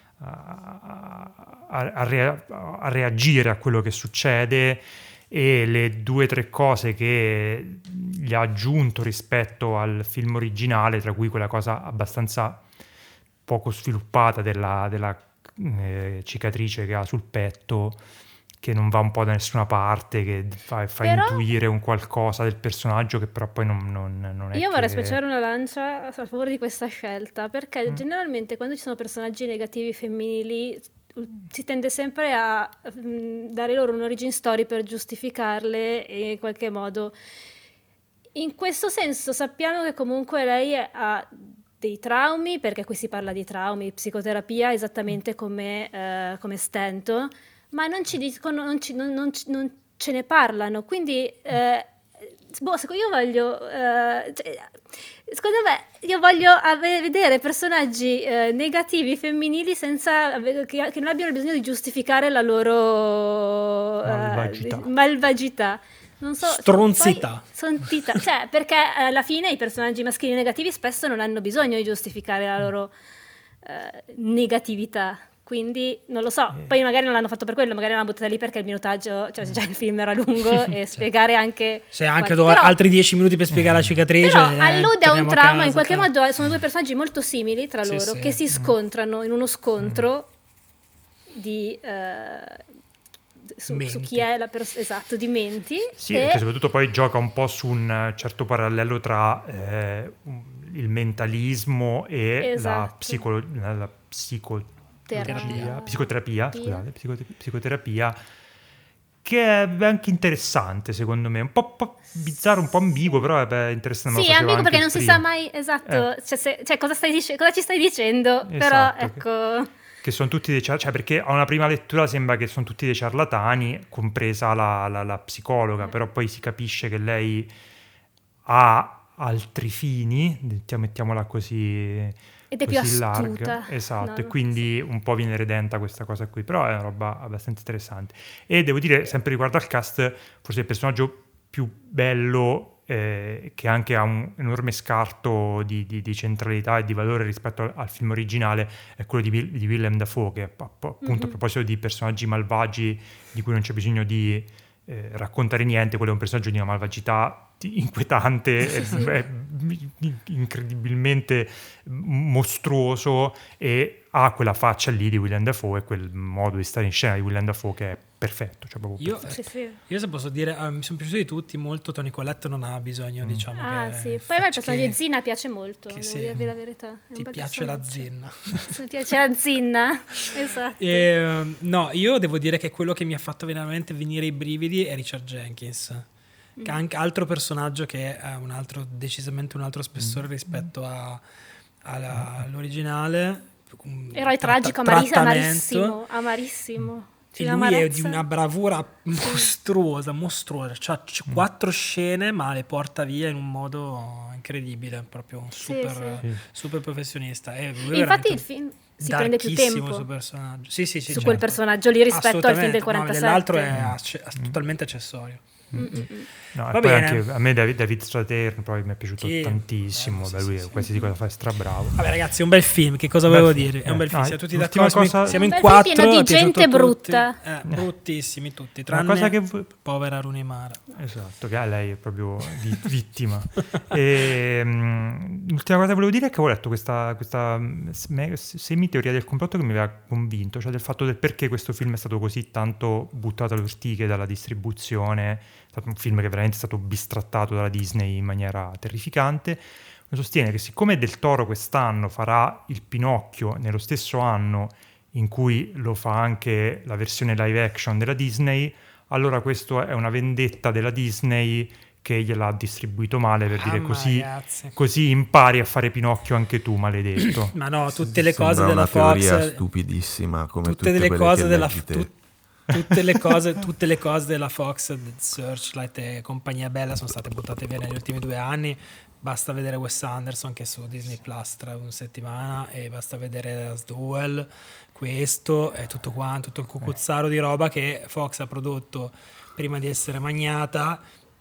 a- a- a rea- a reagire a quello che succede, e le due o tre cose che gli ha aggiunto rispetto al film originale, tra cui quella cosa abbastanza poco sviluppata della, della, eh, cicatrice che ha sul petto, che non va un po' da nessuna parte, che fa, fa Però- intuire un qualcosa del personaggio che però poi non, non, non è Io che... vorrei spacciare una lancia a favore di questa scelta, perché Mm. generalmente quando ci sono personaggi negativi femminili si tende sempre a mm, dare loro un'origin story per giustificarle e in qualche modo. In questo senso sappiamo che comunque lei è- ha dei traumi, perché qui si parla di traumi, psicoterapia, esattamente come, eh, come Stanton, ma non ci dicono, non, ci- non- non ci- non ce ne parlano, quindi eh, boh, secondo io voglio, eh, cioè, secondo me io voglio ave- vedere personaggi eh, negativi femminili senza ave- che, che non abbiano bisogno di giustificare la loro eh, Malvagità. malvagità. Non so, Stronzità. poi- Stronzità, cioè perché alla fine i personaggi maschili negativi spesso non hanno bisogno di giustificare la loro eh, negatività. Quindi non lo so, poi magari non l'hanno fatto per quello, magari l'hanno buttata lì perché il minutaggio, cioè già il film era lungo e spiegare anche... Se anche qualche- do però- altri dieci minuti per spiegare la cicatrice. però eh, allude a un torniamo trauma, casa, in qualche cioè. modo sono due personaggi molto simili tra Sì, loro, sì. che si scontrano in uno scontro di... eh, su, su Menti. chi è la persona, esatto, di menti. Sì, e- che soprattutto poi gioca un po' su un certo parallelo tra eh, il mentalismo e la, Esatto. psicolo- la, la psicoterapia, Terapia. psicoterapia, Terapia. scusate, psicote- psicoterapia, che è anche interessante secondo me, un po', po' bizzarro, un po' ambiguo, però è beh, interessante. me lo Sì, è facevo ambiguo perché non anche si sa prima. mai, esatto, Eh. cioè, se- cioè, cosa, stai dice- cosa ci stai dicendo, però Esatto, che- ecco... Che sono tutti dei ciar- cioè perché a una prima lettura sembra che sono tutti dei ciarlatani, compresa la, la- la psicologa, però poi si capisce che lei ha altri fini, mettiamo- mettiamola così, Ed è più così astuta. larga. Esatto, No, e no, quindi un po' viene redenta questa cosa qui, però è una roba abbastanza interessante. E devo dire, sempre riguardo al cast, forse il personaggio più bello, eh, che anche ha un enorme scarto di, di- di centralità e di valore rispetto al, al film originale, è quello di, Will- di Willem Dafoe, che app- appunto a Mhm. proposito di personaggi malvagi di cui non c'è bisogno di eh, raccontare niente, quello è un personaggio di una malvagità di- inquietante, è, è incredibilmente mostruoso e ha quella faccia lì di Willem Dafoe e quel modo di stare in scena di Willem Dafoe che è perfetto, cioè proprio Io, perfetto. Sì, sì. io se posso dire, eh, mi sono piaciuti di tutti molto. Toni Collette non ha bisogno, Mm. diciamo. Ah, che sì. Poi a me il faccia- personaggio che di Zinna piace molto, che devo sì. dirvi la verità. È un ti bel piace la personaggio. Zinna. Mi piace la Zinna, esatto. E, no, io devo dire che quello che mi ha fatto veramente venire i brividi è Richard Jenkins, che è anche altro personaggio che ha un altro, decisamente un altro spessore rispetto a, alla- all'originale. Eroe Tratta- tragico, amari- trattamento. amarissimo, amarissimo. E C'è lui è un'amarezza. di una bravura mostruosa, mostruosa. C'ha c- quattro scene, ma le porta via in un modo incredibile, proprio Sì, super, sì. super professionista. E lui E è infatti veramente il film si prende più darkissimo tempo il suo personaggio. Sì, sì, sì, su certo. quel personaggio lì rispetto al film del Assolutamente, ma quarantasette. l'altro è acce- totalmente accessorio. No, Va e poi bene. anche a me David, David Strathairn poi mi è piaciuto Sì, tantissimo, bello, sì, beh, lui sì, sì. qualsiasi cosa fa è strabravo. Vabbè ragazzi, è un bel film, che cosa Bel volevo film, dire? È eh. un bel film, Ah, siamo tutti l'ultima d'accordo, siamo, cosa- siamo in Un bel film quattro. pieno di è piaciuto gente a tutti. brutta. Eh, bruttissimi tutti, Una tranne cosa che vu- povera Runimara. Esatto, che lei è proprio vi- vittima. E, mm, l'ultima cosa che volevo dire è che ho letto questa, questa mm, sme- semi-teoria del complotto che mi aveva convinto, cioè del fatto del perché questo film è stato così tanto buttato alle ortiche dalla distribuzione. È stato un film che veramente è stato bistrattato dalla Disney in maniera terrificante. Sostiene che siccome Del Toro quest'anno farà il Pinocchio nello stesso anno in cui lo fa anche la versione live action della Disney, allora questo è una vendetta della Disney che gliel'ha distribuito male per Ah, dire ma così, ragazzi. così impari a fare Pinocchio anche tu, maledetto. Ma no, tutte le Sembra cose della una teoria Fox, stupidissima come tutte tutte delle quelle cose che della leggi te. tut- tutte le cose tutte le cose della Fox, Searchlight e compagnia bella sono state buttate via negli ultimi due anni. Basta vedere Wes Anderson che è su Disney Plus tra una settimana, e basta vedere Last Duel, questo è tutto quanto, tutto il cucuzzaro di roba che Fox ha prodotto prima di essere magnata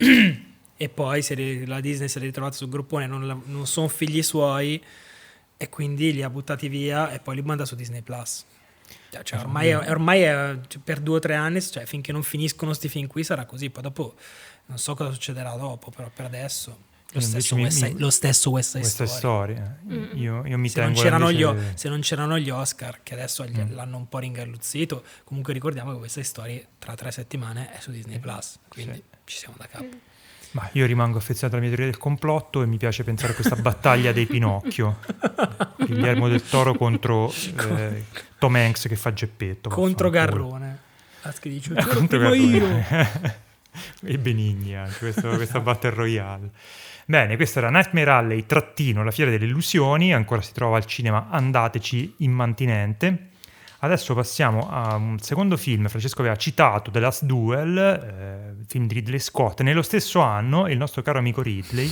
e poi si è ri- la Disney si è ritrovata sul gruppone, non, la- non sono figli suoi e quindi li ha buttati via e poi li manda su Disney Plus. Cioè, ormai, è, ormai è, cioè, per due o tre anni, cioè, finché non finiscono sti film qui sarà così, poi dopo non so cosa succederà dopo, però per adesso lo Invece stesso mi- West Side, mi- lo stesso West Side Questa è Story. storia. Io, io mi Se non, tengo c'erano gli, invece- o- se non c'erano gli Oscar, che adesso gli- l'hanno un po' ringarluzzito, comunque ricordiamo che questa storia tra tre settimane è su Disney Plus, quindi Sì. ci siamo da capo. Ma io rimango affezionato alla mia teoria del complotto e mi piace pensare a questa battaglia dei Pinocchio. Guillermo del Toro contro eh, Tom Hanks che fa Geppetto. Contro vaffanculo. Garrone. Ah, che dice, Eh, "Ce l'ho contro prima io". Garrone. E Benigni anche, questo, questa Battle Royale. Bene, questo era Nightmare Alley, trattino, la fiera delle illusioni, ancora si trova al cinema, andateci, immantinente. Adesso passiamo a un secondo film, Francesco aveva citato The Last Duel, eh, film di Ridley Scott, nello stesso anno il nostro caro amico Ridley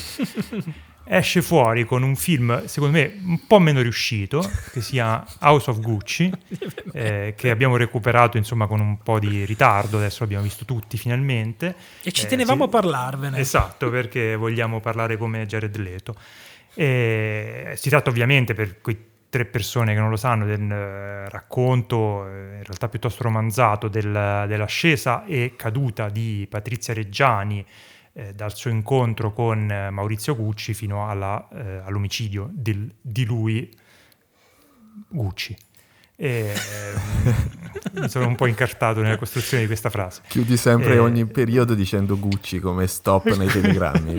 esce fuori con un film, secondo me, un po' meno riuscito, che si chiama House of Gucci, eh, che abbiamo recuperato insomma con un po' di ritardo, adesso l'abbiamo visto tutti finalmente. E ci Eh, tenevamo sì. a parlarvene. Esatto, perché vogliamo parlare come Jared Leto. E si tratta ovviamente, per quei tre persone che non lo sanno, del eh, racconto, eh, in realtà piuttosto romanzato, del- dell'ascesa e caduta di Patrizia Reggiani eh, dal suo incontro con eh, Maurizio Gucci fino alla, eh, all'omicidio del- di lui, Gucci. E, eh, mi sono un po' incartato nella costruzione di questa frase. Chiudi sempre Eh. ogni periodo dicendo Gucci come stop nei telegrammi.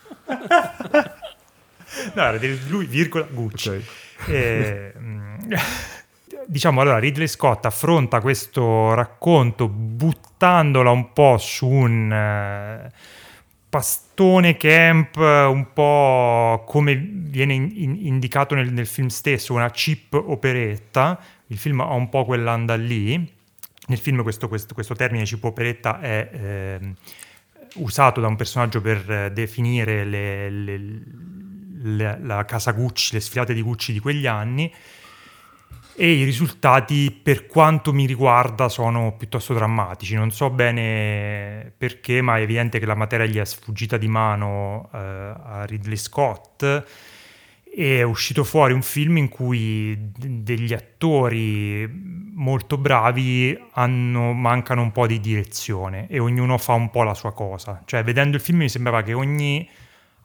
No, era di lui, virgola, Gucci. Ok. E, mm, diciamo, allora, Ridley Scott affronta questo racconto buttandola un po' su un eh, pastone camp, un po' come viene in- in- indicato nel, nel film stesso, una cheap operetta. Il film ha un po' quell'anda lì. Nel film questo, questo, questo termine cheap operetta è ehm, usato da un personaggio per eh, definire le, le- le- la casa Gucci, le sfilate di Gucci di quegli anni, e i risultati, per quanto mi riguarda, sono piuttosto drammatici. Non so bene perché, ma è evidente che la materia gli è sfuggita di mano eh, a Ridley Scott, e è uscito fuori un film in cui d- degli attori molto bravi hanno, mancano un po' di direzione e ognuno fa un po' la sua cosa. Cioè, vedendo il film mi sembrava che ogni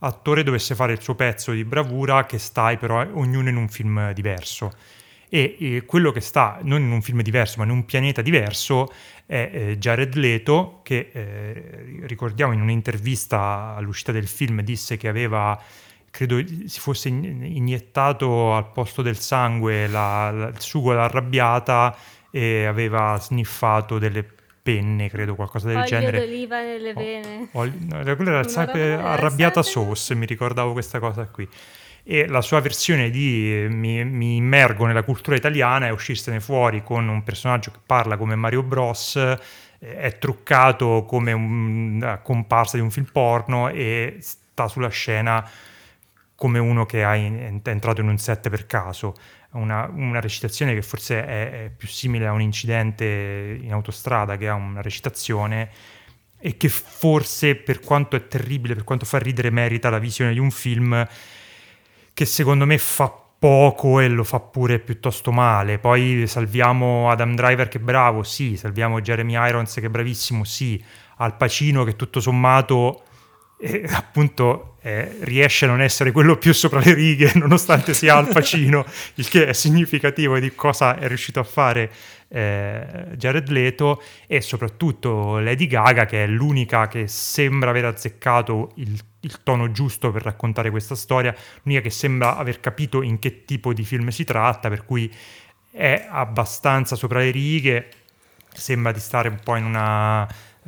attore dovesse fare il suo pezzo di bravura, che stai però ognuno in un film diverso. E, e quello che sta non in un film diverso ma in un pianeta diverso è eh, Jared Leto, che eh, ricordiamo in un'intervista all'uscita del film disse che aveva, credo si fosse iniettato al posto del sangue la, la, il sugo dell'arrabbiata e aveva sniffato delle penne, credo, qualcosa del Olio genere. Olio d'oliva nelle vene. Oh, olio, no, quello era il sangue, roba- arrabbiata sangue- sauce, mi ricordavo questa cosa qui. E la sua versione di eh, mi, mi immergo nella cultura italiana è uscirsene fuori con un personaggio che parla come Mario Bros, eh, è truccato come una comparsa di un film porno e sta sulla scena come uno che ha in- è entrato in un set per caso. Una, una recitazione che forse è, è più simile a un incidente in autostrada che a una recitazione, e che forse, per quanto è terribile, per quanto fa ridere, merita la visione di un film che secondo me fa poco e lo fa pure piuttosto male. Poi salviamo Adam Driver che è bravo, sì, salviamo Jeremy Irons che è bravissimo, sì, Al Pacino che tutto sommato eh, appunto eh, riesce a non essere quello più sopra le righe nonostante sia Al Pacino, il che è significativo di cosa è riuscito a fare eh, Jared Leto, e soprattutto Lady Gaga, che è l'unica che sembra aver azzeccato il, il tono giusto per raccontare questa storia, l'unica che sembra aver capito in che tipo di film si tratta, per cui è abbastanza sopra le righe, sembra di stare un po' in una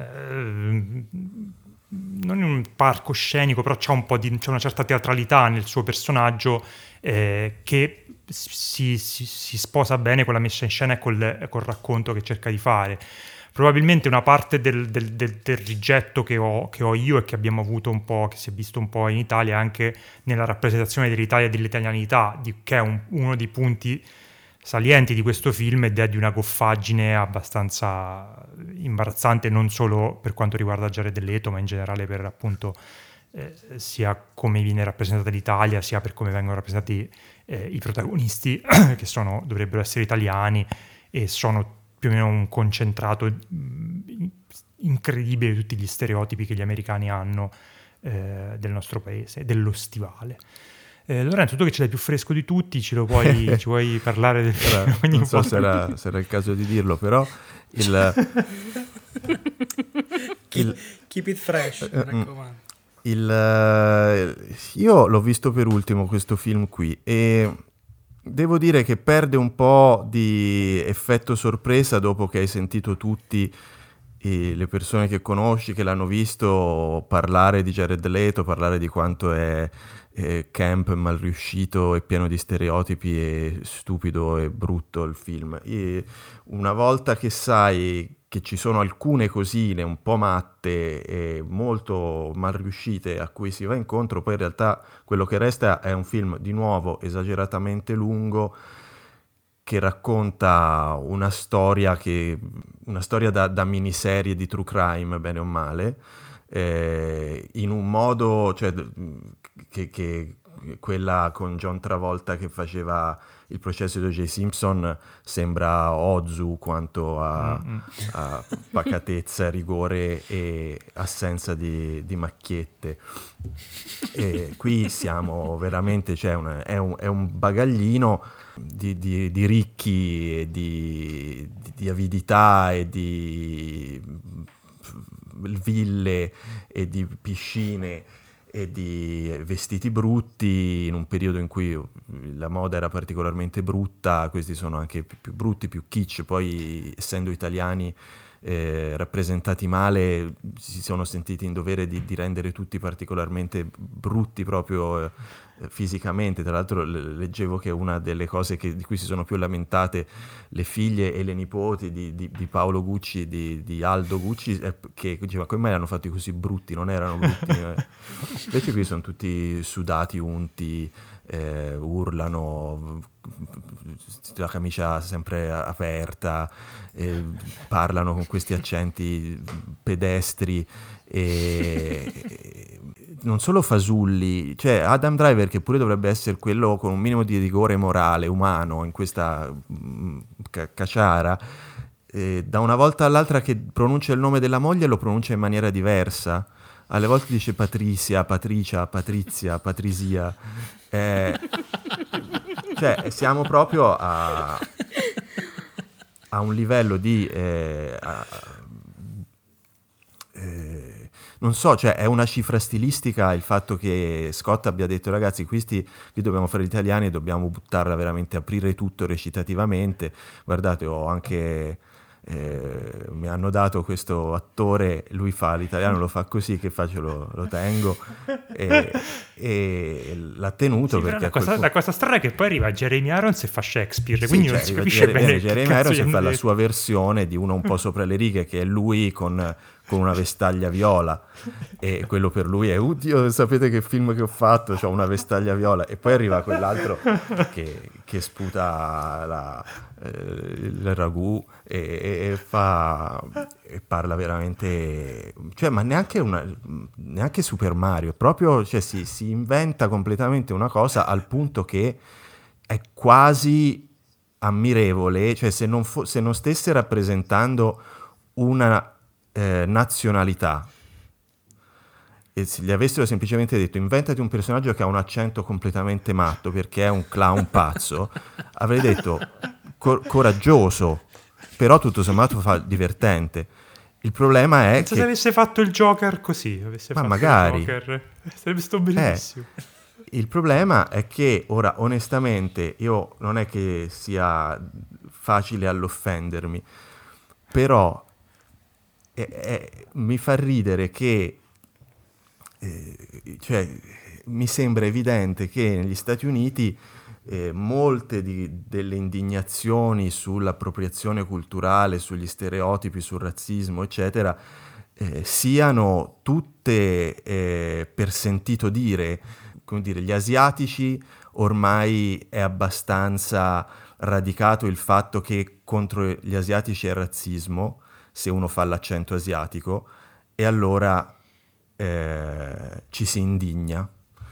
eh, non in un parco scenico, però c'è un po' di c'è una certa teatralità nel suo personaggio eh, che si, si, si sposa bene con la messa in scena e col, col racconto che cerca di fare. Probabilmente una parte del, del, del, del rigetto che ho, che ho io e che abbiamo avuto un po', che si è visto un po' in Italia anche nella rappresentazione dell'Italia e dell'italianità, di, che è un, uno dei punti salienti di questo film, ed è di una goffaggine abbastanza imbarazzante, non solo per quanto riguarda Jared Leto, ma in generale per appunto eh, sia come viene rappresentata l'Italia, sia per come vengono rappresentati eh, i protagonisti che sono, dovrebbero essere italiani e sono più o meno un concentrato mh, incredibile di tutti gli stereotipi che gli americani hanno eh, del nostro paese, dello stivale. Eh, Lorenzo, tu che ce l'hai più fresco di tutti, ce lo puoi, ci vuoi parlare del film? Allora, non so se era, se era il caso di dirlo, però il, il Keep it fresh, mi raccomando. il, io l'ho visto per ultimo questo film qui e devo dire che perde un po' di effetto sorpresa dopo che hai sentito tutti e le persone che conosci, che l'hanno visto, parlare di Jared Leto, parlare di quanto è eh, camp, mal riuscito e pieno di stereotipi e stupido e brutto il film. E una volta che sai che ci sono alcune cosine un po' matte e molto mal riuscite a cui si va incontro, poi in realtà quello che resta è un film di nuovo esageratamente lungo, che racconta una storia che una storia da, da miniserie di true crime, bene o male, eh, in un modo, cioè, che, che quella con John Travolta che faceva il processo di O J Simpson sembra Ozu quanto a, mm-hmm. a pacatezza, rigore e assenza di, di macchiette. E qui siamo veramente, cioè una, è, un, è un bagaglino di, di, di ricchi e di, di, di avidità e di ville e di piscine e di vestiti brutti in un periodo in cui la moda era particolarmente brutta. Questi sono anche più, più brutti, più kitsch, poi essendo italiani eh, rappresentati male si sono sentiti in dovere di, di rendere tutti particolarmente brutti proprio eh, fisicamente. Tra l'altro leggevo che una delle cose che, di cui si sono più lamentate le figlie e le nipoti di, di, di Paolo Gucci e di, di Aldo Gucci è che diceva: come mai l'hanno fatti così brutti, non erano brutti. Invece qui sono tutti sudati, unti, eh, urlano, la camicia sempre aperta, eh, parlano con questi accenti pedestri e non solo fasulli, cioè Adam Driver, che pure dovrebbe essere quello con un minimo di rigore morale, umano in questa mh, caciara, eh, da una volta all'altra che pronuncia il nome della moglie lo pronuncia in maniera diversa. alle volte dice Patricia, Patricia, Patrizia, Patrisia. Eh, cioè, siamo proprio a, a un livello di... Eh, a, eh, non so, cioè è una cifra stilistica il fatto che Scott abbia detto ragazzi questi li dobbiamo fare gli italiani e dobbiamo buttarla veramente, aprire tutto recitativamente. Guardate, ho anche... Eh, mi hanno dato questo attore, lui fa l'italiano, lo fa così, che faccio, lo, lo tengo e, e l'ha tenuto sì, perché la cosa, punto... la cosa strana è che poi arriva Jeremy Irons e fa Shakespeare, sì, quindi cioè, non si capisce Jeremy, bene Jeremy Irons fa la sua versione di uno un po' sopra le righe, che è lui con, con una vestaglia viola, e quello per lui è oddio, sapete che film che ho fatto, c'ho una vestaglia viola, e poi arriva quell'altro che, che sputa la, eh, il ragù e, e fa e parla veramente, cioè, ma neanche una neanche Super Mario, proprio, cioè, si, si inventa completamente una cosa al punto che è quasi ammirevole, cioè se non, fo- se non stesse rappresentando una eh, nazionalità e se gli avessero semplicemente detto inventati un personaggio che ha un accento completamente matto perché è un clown pazzo, avrei detto cor- coraggioso, però tutto sommato fa divertente. Il problema è Pensa che... se avesse fatto il Joker così, avesse Ma fatto magari. il Joker, sarebbe stato bellissimo. Eh, il problema è che ora, onestamente, io non è che sia facile all'offendermi, però eh, eh, mi fa ridere che, eh, cioè, mi sembra evidente che negli Stati Uniti eh, molte di, delle indignazioni sull'appropriazione culturale, sugli stereotipi, sul razzismo, eccetera, eh, siano tutte eh, per sentito dire. Come dire, gli asiatici ormai è abbastanza radicato il fatto che contro gli asiatici è razzismo se uno fa l'accento asiatico, e allora eh, ci si indigna.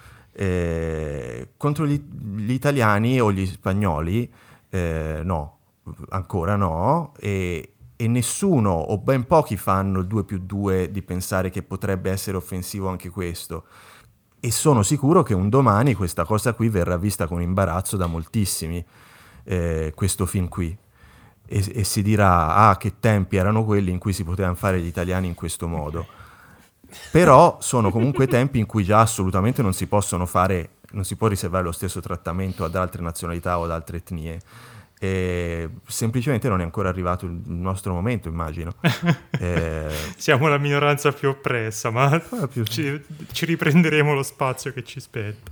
Eh, contro gli, gli italiani o gli spagnoli eh, no, ancora no, e, e nessuno o ben pochi fanno il due più due di pensare che potrebbe essere offensivo anche questo. E sono sicuro che un domani questa cosa qui verrà vista con imbarazzo da moltissimi, eh, questo film qui. E, e si dirà, ah, che tempi erano quelli in cui si potevano fare gli italiani in questo modo. Però sono comunque tempi in cui già assolutamente non si possono fare, non si può riservare lo stesso trattamento ad altre nazionalità o ad altre etnie. E semplicemente non è ancora arrivato il nostro momento, immagino. eh... Siamo la minoranza più oppressa, ma più... ci, ci riprenderemo lo spazio che ci spetta.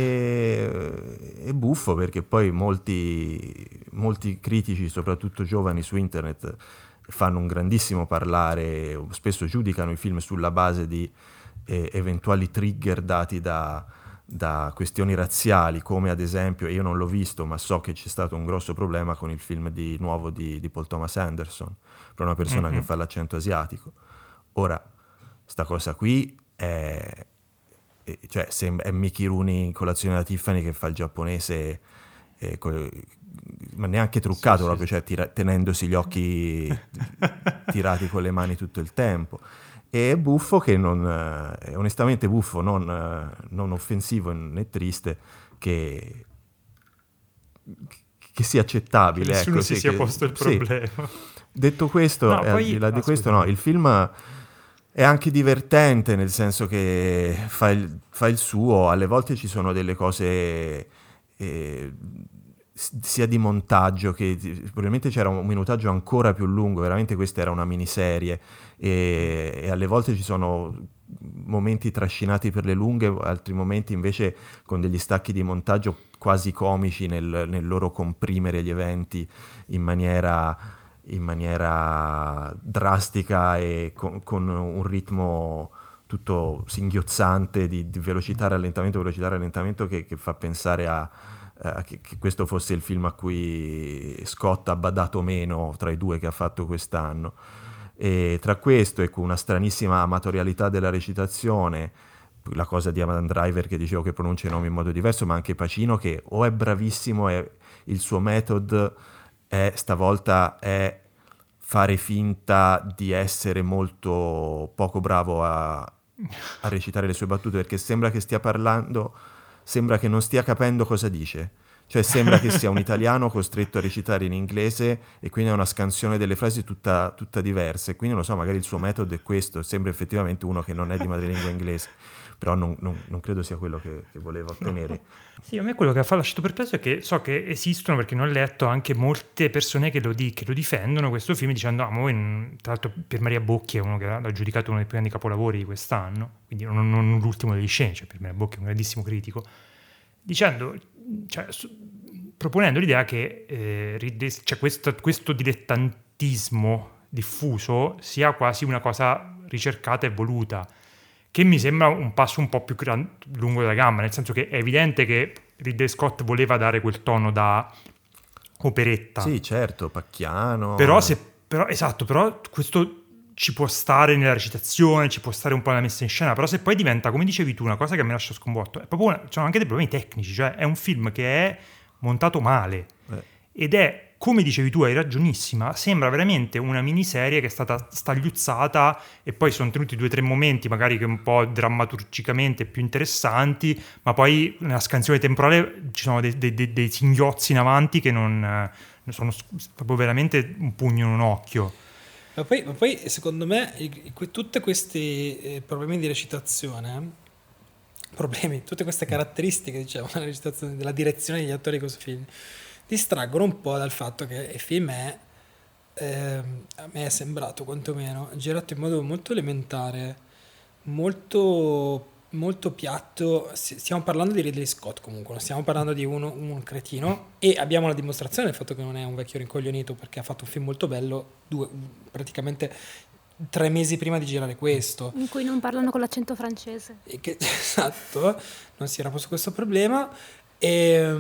E... è buffo perché poi molti, molti critici, soprattutto giovani su internet, fanno un grandissimo parlare, spesso giudicano i film sulla base di eh, eventuali trigger dati da... da questioni razziali, come ad esempio, io non l'ho visto ma so che c'è stato un grosso problema con il film di nuovo di, di Paul Thomas Anderson per una persona mm-hmm. che fa l'accento asiatico. Ora, sta cosa qui è, è cioè è Mickey Rooney in Colazione da Tiffany che fa il giapponese eh, co- ma neanche truccato, sì, proprio, sì. Cioè tira- tenendosi gli occhi tirati con le mani tutto il tempo. E è buffo che non, eh, onestamente buffo, non, eh, non offensivo né triste, che, che sia accettabile. Che nessuno ecco, si sì, sia che, posto il sì. problema. Detto questo, no, eh, poi... al di là di ah, questo, scusa. no, il film è anche divertente, nel senso che fa il, fa il suo, alle volte ci sono delle cose... Eh, sia di montaggio che probabilmente c'era un minutaggio ancora più lungo, veramente questa era una miniserie e, e alle volte ci sono momenti trascinati per le lunghe, altri momenti invece con degli stacchi di montaggio quasi comici nel, nel loro comprimere gli eventi in maniera, in maniera drastica e con, con un ritmo tutto singhiozzante di, di velocità, rallentamento, velocità, rallentamento che, che fa pensare a Uh, che, che questo fosse il film a cui Scott ha badato meno tra i due che ha fatto quest'anno. E tra questo, ecco, una stranissima amatorialità della recitazione, la cosa di Adam Driver che dicevo che pronuncia i nomi in modo diverso, ma anche Pacino che o è bravissimo e il suo method è stavolta è fare finta di essere molto poco bravo a a recitare le sue battute, perché sembra che stia parlando, sembra che non stia capendo cosa dice. Cioè sembra che sia un italiano costretto a recitare in inglese e quindi è una scansione delle frasi tutta, tutta diversa. E quindi non so, magari il suo metodo è questo, sembra effettivamente uno che non è di madrelingua inglese, però non, non, non credo sia quello che, che voleva ottenere. Sì, a me quello che ha lasciato perplesso è che so che esistono, perché ne ho letto, anche molte persone che lo, di, che lo difendono questo film dicendo, ah, ma voi, tra l'altro per Maria Bocchi è uno che ha giudicato uno dei più grandi capolavori di quest'anno, quindi non, non l'ultimo degli scene, cioè per Maria Bocchi è un grandissimo critico, dicendo, cioè, su, proponendo l'idea che eh, cioè questo, questo dilettantismo diffuso sia quasi una cosa ricercata e voluta, che mi sembra un passo un po' più gran- lungo della gamba, nel senso che è evidente che Ridley Scott voleva dare quel tono da operetta. Sì, certo, pacchiano. Però, se, però esatto, però questo ci può stare nella recitazione, ci può stare un po' nella messa in scena, però se poi diventa, come dicevi tu, una cosa che mi lascia sconvolto, è proprio una, ci sono anche dei problemi tecnici, cioè è un film che è montato male eh. ed è, come dicevi tu, hai ragionissima, sembra veramente una miniserie che è stata stagliuzzata e poi sono tenuti due o tre momenti magari che un po' drammaturgicamente più interessanti, ma poi nella scansione temporale ci sono dei, dei, dei, dei singhiozzi in avanti che non sono proprio veramente un pugno in un occhio. Ma poi, ma poi secondo me tutti questi eh, problemi di recitazione, problemi, tutte queste caratteristiche, diciamo, della recitazione, della direzione degli attori di questo film, distraggono un po' dal fatto che il film è, eh, a me è sembrato quantomeno, girato in modo molto elementare, molto, molto piatto. Stiamo parlando di Ridley Scott comunque, non stiamo parlando di uno, un cretino, e abbiamo la dimostrazione del fatto che non è un vecchio rincoglionito, perché ha fatto un film molto bello, due, praticamente tre mesi prima di girare questo. In cui non parlano con l'accento francese. E che, esatto, non si era posto questo problema. E,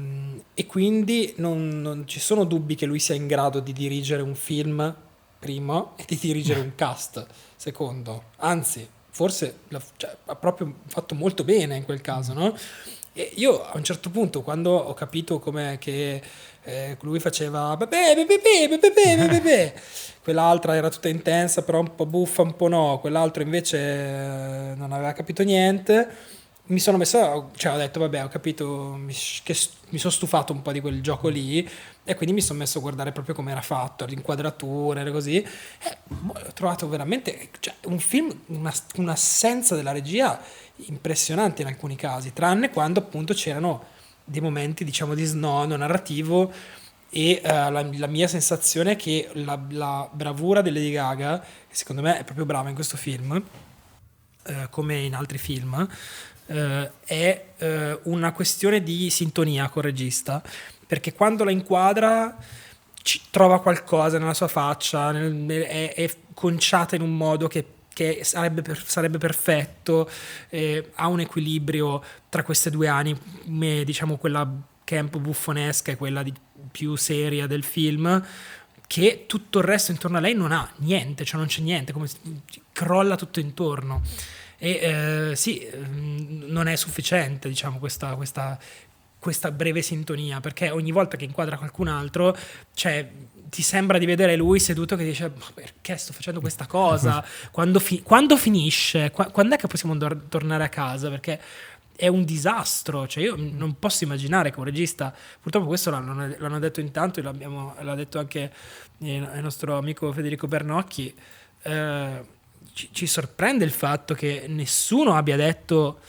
e quindi non, non ci sono dubbi che lui sia in grado di dirigere un film, primo, e di dirigere un cast, secondo. Anzi, forse cioè, ha proprio fatto molto bene in quel caso, no? E io a un certo punto, quando ho capito com'è che eh, lui faceva bebè, bebè, bebè, bebè, bebè, quell'altra era tutta intensa, però un po' buffa, un po' no, quell'altro invece eh, non aveva capito niente. Mi sono messo, cioè ho detto vabbè, ho capito, mi, che mi sono stufato un po' di quel gioco lì, e quindi mi sono messo a guardare proprio come era fatto, l'inquadratura e così, e ho trovato veramente, cioè, un film, una, un'assenza della regia impressionante in alcuni casi, tranne quando appunto c'erano dei momenti, diciamo, di snodo narrativo. E uh, la, la mia sensazione è che la, la bravura di Lady Gaga, che secondo me è proprio brava in questo film, uh, come in altri film, Uh, è uh, una questione di sintonia col regista, perché quando la inquadra ci trova qualcosa nella sua faccia, nel, è, è conciata in un modo che, che sarebbe, per, sarebbe perfetto, eh, ha un equilibrio tra queste due anime, diciamo quella che è un po' buffonesca e quella di, più seria del film, che tutto il resto intorno a lei non ha niente, cioè non c'è niente, come crolla tutto intorno. E eh, sì, non è sufficiente, diciamo, questa, questa, questa breve sintonia, perché ogni volta che inquadra qualcun altro, cioè, ti sembra di vedere lui seduto che dice ma perché sto facendo questa cosa? Quando, fi- quando finisce? Qu- quando è che possiamo andare, tornare a casa? Perché è un disastro, cioè io non posso immaginare che un regista, purtroppo questo l'hanno, l'hanno detto in tanto, e l'abbiamo, l'ha detto anche il nostro amico Federico Bernocchi, eh, Ci, ci sorprende il fatto che nessuno abbia detto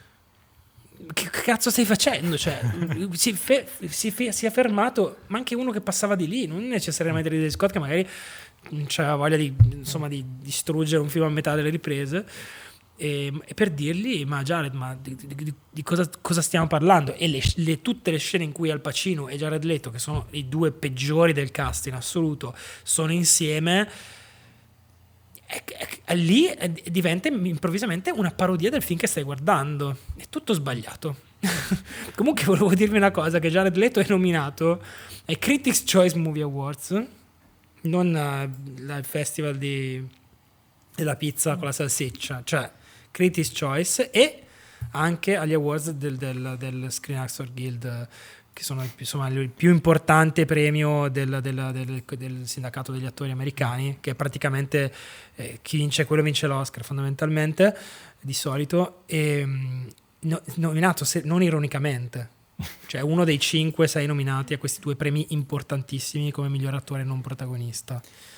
che cazzo stai facendo, cioè si, fe, si, fe, si è fermato, ma anche uno che passava di lì, non necessariamente Ridley Scott, che magari c'aveva voglia di, insomma, di distruggere un film a metà delle riprese, e, e per dirgli ma Jared, ma di, di, di cosa, cosa stiamo parlando? E le, le, tutte le scene in cui Al Pacino e Jared Leto, che sono i due peggiori del cast in assoluto, sono insieme, E, e, lì diventa improvvisamente una parodia del film che stai guardando. È tutto sbagliato. Comunque volevo dirvi una cosa, che Jared Leto è nominato ai Critics' Choice Movie Awards, non uh, al festival di, della pizza con la salsiccia, cioè Critics' Choice, e anche agli awards del, del, del Screen Actors Guild che sono il più, insomma, il più importante premio del, del, del, del sindacato degli attori americani, che praticamente eh, chi vince quello vince l'Oscar fondamentalmente, di solito, e no, nominato se, non ironicamente, cioè uno dei cinque sei nominati a questi due premi importantissimi come miglior attore non protagonista.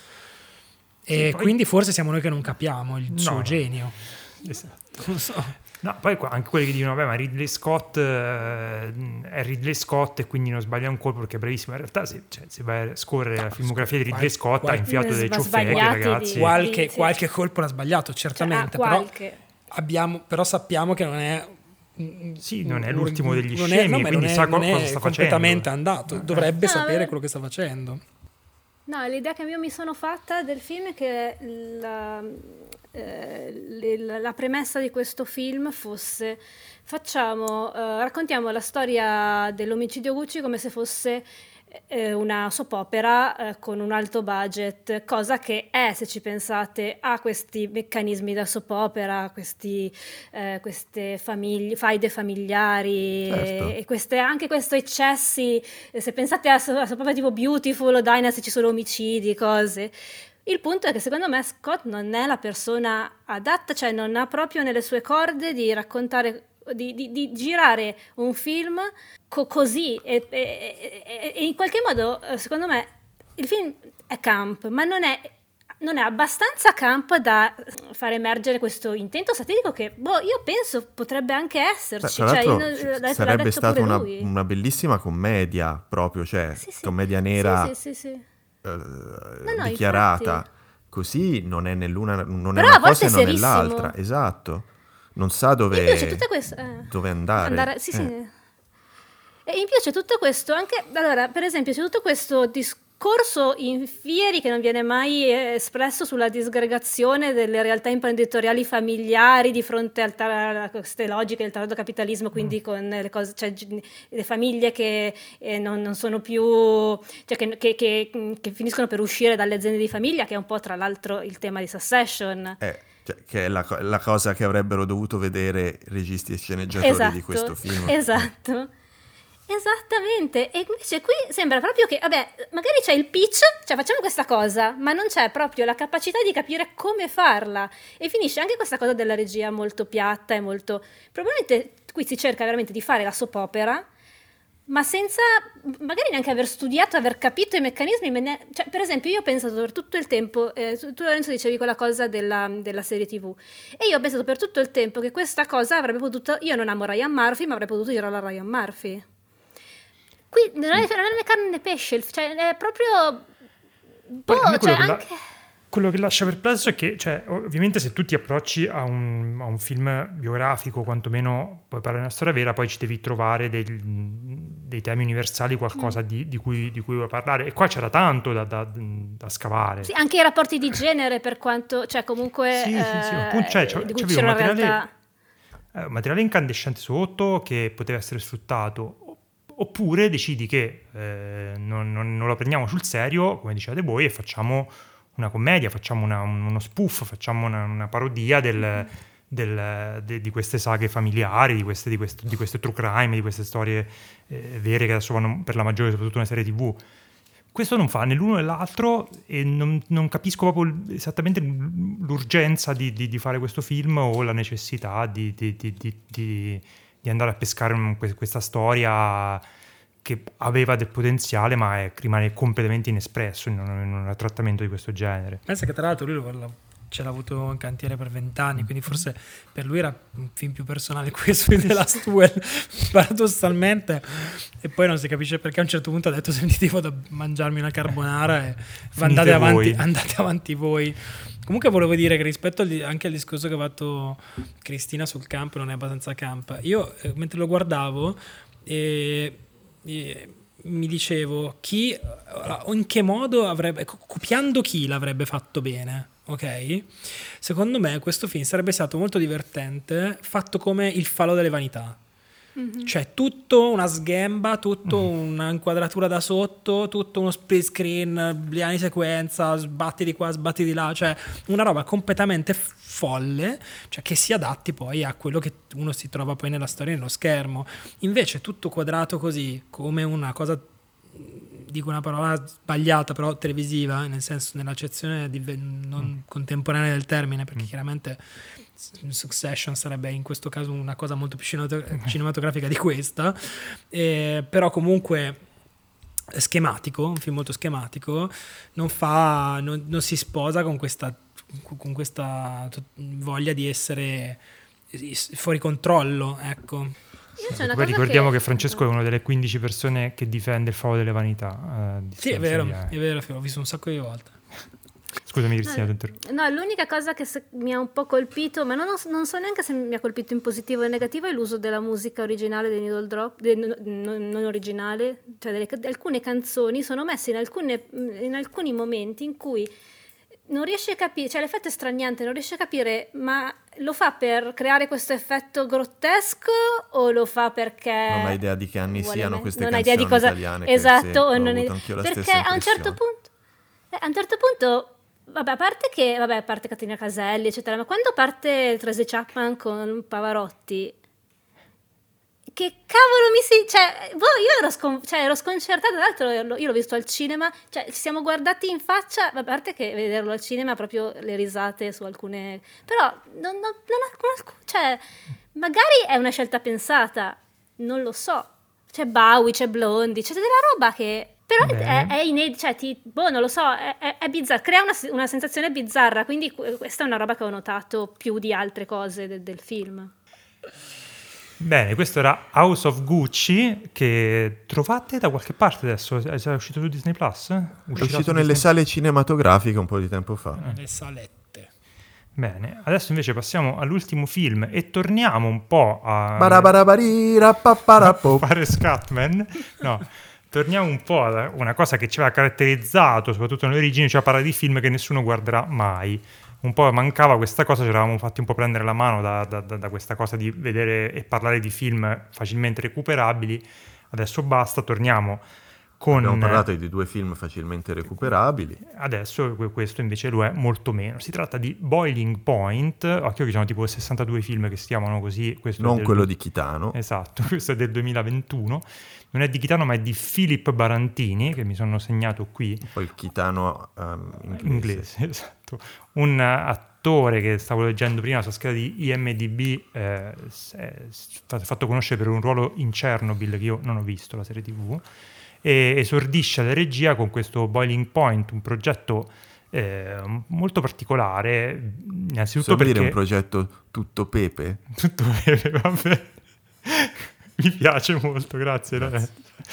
E poi... quindi forse siamo noi che non capiamo il no, suo no. genio. Esatto. Non so. No, poi anche quelli che dicono vabbè, ma Ridley Scott eh, è Ridley Scott e quindi non sbaglia un colpo perché è bravissimo. In realtà se, cioè, se vai a scorrere la filmografia di Ridley Scott qual- ha infiato delle sba- ciofeche, sbagliati ragazzi. di- Qualche, sì. qualche colpo l'ha sbagliato, certamente, Cioè, ah, però, qualche. abbiamo, però sappiamo che non è... Sì, non è un- l'ultimo degli non scemi, è, no, ma quindi non è, sa non cosa è sta completamente facendo. andato, dovrebbe No, sapere beh. quello che sta facendo. No, l'idea che io mi sono fatta del film è che la, eh, le- la premessa di questo film fosse facciamo, eh, raccontiamo la storia dell'omicidio Gucci come se fosse eh, una soap opera eh, con un alto budget, cosa che è, se ci pensate, ha questi meccanismi da soap opera, questi, eh, queste famiglie, faide familiari Certo. e, e queste, anche questi eccessi, eh, se pensate a, so- a soap opera tipo Beautiful o Dynasty ci sono omicidi, cose. Il punto è che secondo me Scott non è la persona adatta, cioè non ha proprio nelle sue corde di raccontare, di, di- di girare un film co- così e, e- e- e in qualche modo eh, secondo me il film è camp, ma non è, non è abbastanza camp da far emergere questo intento satirico che boh, io penso potrebbe anche Beh, esserci. tra Cioè, l'altro io- l'ha- l'ha sarebbe detto stata pure una, lui. una bellissima commedia proprio, cioè Sì, sì. commedia nera Sì, sì, sì, sì. eh, no, dichiarata. infatti. Così non è nell'una, non è Però una a volte cosa e è non è serissimo. l'altra, esatto. Non sa dove, Mi piace tutte queste, eh. dove andare. sì, sì. Eh. E mi piace tutto questo, anche, allora, per esempio, c'è tutto questo discorso in fieri che non viene mai eh, espresso sulla disgregazione delle realtà imprenditoriali familiari di fronte al tar- a queste logiche del tardo capitalismo, quindi con le cose, cioè gi- le famiglie che eh, non, non sono più, cioè che, che- che- che finiscono per uscire dalle aziende di famiglia, che è un po' tra l'altro il tema di Succession. Eh, cioè, che è la, co- la cosa che avrebbero dovuto vedere registi e sceneggiatori Esatto, di questo film. esatto. Esattamente, e invece qui sembra proprio che, vabbè, magari c'è il pitch, cioè facciamo questa cosa, ma non c'è proprio la capacità di capire come farla, e finisce anche questa cosa della regia molto piatta e molto... Probabilmente qui si cerca veramente di fare la soap opera, ma senza magari neanche aver studiato, aver capito i meccanismi. me ne- Cioè, per esempio, io ho pensato per tutto il tempo, eh, tu tu, Lorenzo dicevi quella cosa della, della serie tivù, e io ho pensato per tutto il tempo che questa cosa avrebbe potuto, io non amo Ryan Murphy, ma avrei potuto girarla a Ryan Murphy. Qui non è, non è né carne né pesce, cioè è proprio... Poi a me Boh, quello, cioè che la- anche... quello che lascia perplesso è che, cioè, ovviamente se tu ti approcci a un, a un film biografico, quantomeno puoi parlare di una storia vera, poi ci devi trovare dei, dei temi universali, qualcosa Mm. di, di cui, di cui vuoi parlare. E qua c'era tanto da, da- da scavare. Sì, anche i rapporti di genere, per quanto... Cioè comunque... Sì, sì, sì, eh, appunto, cioè, c'è- di cui c'avevi c'era un una materiale- realtà... Eh, un materiale incandescente sotto che poteva essere sfruttato, oppure decidi che eh, non, non- non lo prendiamo sul serio, come dicevate voi, e facciamo una commedia, facciamo una- uno spoof, facciamo una, una parodia del- del- de- di queste saghe familiari, di queste, di questo, di queste true crime, di queste storie eh, vere che adesso vanno per la maggiore, soprattutto una serie tivù. Questo non fa né l'uno né l'altro, e non, non capisco proprio l- esattamente l- l'urgenza di, di- di fare questo film, o la necessità di, di- di- di- di- di andare a pescare un- que- questa storia che aveva del potenziale, ma è- rimane completamente inespresso in un, in un trattamento di questo genere. Pensa che tra l'altro lui lo- lo- ce l'ha avuto in cantiere per vent'anni, quindi forse per lui era un film più personale questo di The Last Duel, paradossalmente, e poi non si capisce perché a un certo punto ha detto: sentite, vado a mangiarmi una carbonara e andate avanti, voi. andate avanti voi. Comunque volevo dire che rispetto al di- anche al discorso che ha fatto Cristina sul camp, non è abbastanza camp. Io eh, mentre lo guardavo eh, eh, mi dicevo chi o in che modo avrebbe, co- copiando chi l'avrebbe fatto bene, ok? Secondo me questo film sarebbe stato molto divertente fatto come Il falò delle vanità, Mhm. Cioè tutto una sghemba, tutto una inquadratura da sotto, tutto uno split screen, piani di sequenza, sbatti di qua, sbatti di là, cioè una roba completamente f- folle, cioè che si adatti poi a quello che uno si trova poi nella storia nello schermo. Invece tutto quadrato così, come una cosa, dico una parola sbagliata però televisiva, nel senso nell'accezione di, non contemporanea del termine, perché chiaramente Succession sarebbe in questo caso una cosa molto più cinematografica di questa, eh, però comunque schematico, un film molto schematico, non fa, non, non si sposa con questa, con questa voglia di essere fuori controllo, ecco. Io c'è una Poi cosa ricordiamo che... che Francesco è una delle quindici persone che difende il favore delle vanità. eh, di Sì, è Scorsese, vero, eh. è vero, l'ho visto un sacco di volte. Scusami Cristina, ti interrompo. No, l'unica cosa che se- mi ha un po' colpito, ma non, ho- non so neanche se mi ha colpito in positivo o in negativo, è l'uso della musica originale dei Needle Drop, de- non, non- non originale, cioè delle, ca- alcune canzoni sono messe in, alcune- in alcuni momenti in cui non riesci a capire, cioè l'effetto è straniante, non riesci a capire, ma lo fa per creare questo effetto grottesco o lo fa perché... Non hai idea di che anni vuole siano me- queste non hai idea canzoni di cosa... italiane. Esatto, che sì, o ho non avuto hai- anch'io la perché stessa a un certo impressione. punto... eh, a un certo punto... Vabbè, a parte che, vabbè, a parte Caterina Caselli, eccetera, ma quando parte Tracy Chapman con Pavarotti, che cavolo mi si... Cioè, boh, io ero, scon- cioè, ero sconcertata, tra l'altro io l'ho visto al cinema, cioè ci siamo guardati in faccia, a parte che vederlo al cinema proprio le risate su alcune... Però, non, non, non ho- non ho- cioè, magari è una scelta pensata, non lo so. C'è Bowie, c'è Blondie, c'è della roba che... Però è, Bene. è inedita, cioè, ti, boh, non lo so, è, è, è bizzarra, crea una, una sensazione bizzarra, quindi que- questa è una roba che ho notato più di altre cose de- del film. Bene, questo era House of Gucci, che trovate da qualche parte adesso. È è uscito su Disney Plus? È Uscirà uscito su nelle Disney- sale cinematografiche un po' di tempo fa. Le salette. Bene, adesso invece passiamo all'ultimo film e torniamo un po' a Barabarabarira, paparapo. fare Scatman. No, torniamo un po' a una cosa che ci aveva caratterizzato, soprattutto nelle origini, cioè parlare di film che nessuno guarderà mai. Un po' mancava questa cosa, ci eravamo fatti un po' prendere la mano da, da- da- da questa cosa di vedere e parlare di film facilmente recuperabili. Adesso basta, torniamo con... Abbiamo parlato di due film facilmente recuperabili. Adesso que- questo invece lo è molto meno. Si tratta di Boiling Point. Occhio che ci sono tipo sessantadue film che si chiamano così. Questo è Non del- quello di Kitano. Esatto, questo è del duemilaventuno. Non è di Kitano ma è di Philip Barantini, che mi sono segnato qui. Poi il Kitano ehm, inglese. Inglese, esatto. Un uh, attore che stavo leggendo prima sulla scheda di I M D B, eh, s- è stato fatto conoscere per un ruolo in Chernobyl, che io non ho visto, la serie tivù, e esordisce alla regia con questo Boiling Point, un progetto eh, molto particolare, innanzitutto Possiamo dire perché... un progetto tutto pepe? Tutto bene, vabbè. Mi piace molto, grazie. Grazie.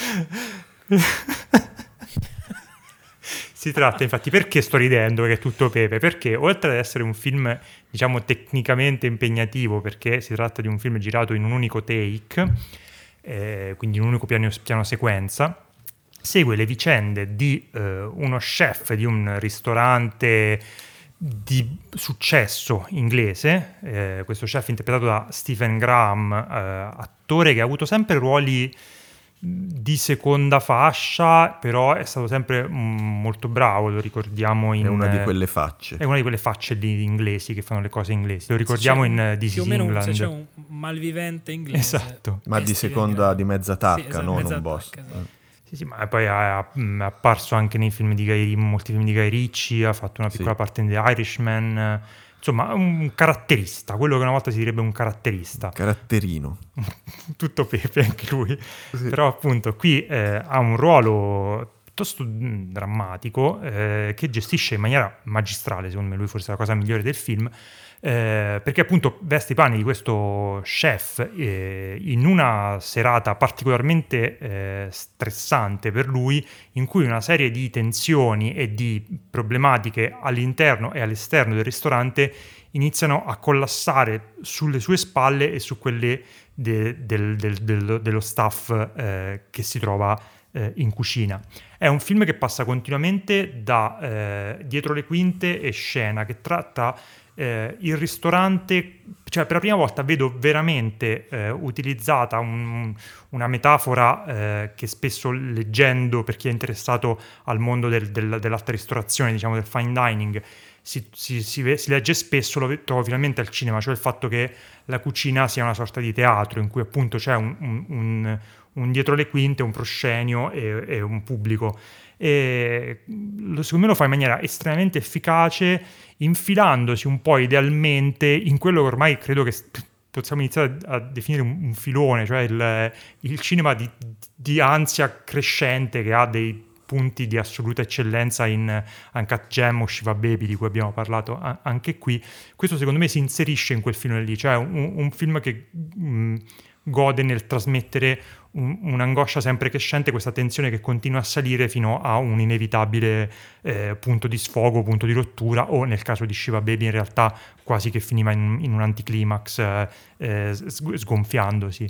Si tratta, infatti, perché sto ridendo che è tutto pepe? Perché oltre ad essere un film, diciamo, tecnicamente impegnativo, perché si tratta di un film girato in un unico take, eh, quindi in un unico piano, piano sequenza, segue le vicende di eh, uno chef di un ristorante di successo inglese, eh, questo chef interpretato da Stephen Graham, eh, attore che ha avuto sempre ruoli di seconda fascia, però è stato sempre mm, molto bravo, lo ricordiamo in... È una di eh, quelle facce. È una di quelle facce di inglesi che fanno le cose inglesi. Lo ricordiamo Se c'è in un- uh, This più is o meno un- England. se c'è un malvivente inglese. Esatto. Ma è di Steven seconda, Graham. di mezza Sì, tacca, esatto, non mezza un boss. tacca, esatto. Sì, sì, ma poi è, è apparso anche nei film di Guy, molti film di Guy Ritchie, ha fatto una Sì. piccola parte in The Irishman. Insomma, un caratterista, quello che una volta si direbbe un caratterista. Caratterino. Tutto pepe anche lui. Sì. Però appunto qui eh, ha un ruolo piuttosto mm, drammatico eh, che gestisce in maniera magistrale, secondo me lui forse è la cosa migliore del film, eh, perché appunto veste i panni di questo chef eh, in una serata particolarmente eh, stressante per lui, in cui una serie di tensioni e di problematiche all'interno e all'esterno del ristorante iniziano a collassare sulle sue spalle e su quelle de- del, del- del- dello staff eh, che si trova eh, in cucina. È un film che passa continuamente da eh, dietro le quinte e scena, che tratta eh, il ristorante cioè per la prima volta vedo veramente eh, utilizzata un, una metafora eh, che spesso leggendo, per chi è interessato al mondo del, del, dell'alta ristorazione, diciamo del fine dining, si, si, si, si legge spesso, lo trovo finalmente al cinema, cioè il fatto che la cucina sia una sorta di teatro in cui appunto c'è un, un, un, un dietro le quinte, un proscenio e, e un pubblico. E secondo me lo fa in maniera estremamente efficace, infilandosi un po' idealmente in quello che ormai credo che possiamo iniziare a definire un, un filone, cioè il, il cinema di, di ansia crescente che ha dei punti di assoluta eccellenza in Uncut Gem o Shiva Baby, di cui abbiamo parlato a, anche qui. Questo secondo me si inserisce in quel film lì, cioè un, un film che mh, gode nel trasmettere un, un'angoscia sempre crescente, questa tensione che continua a salire fino a un inevitabile eh, punto di sfogo, punto di rottura, o nel caso di Shiva Baby in realtà quasi che finiva in, in un anticlimax eh, eh, sgonfiandosi.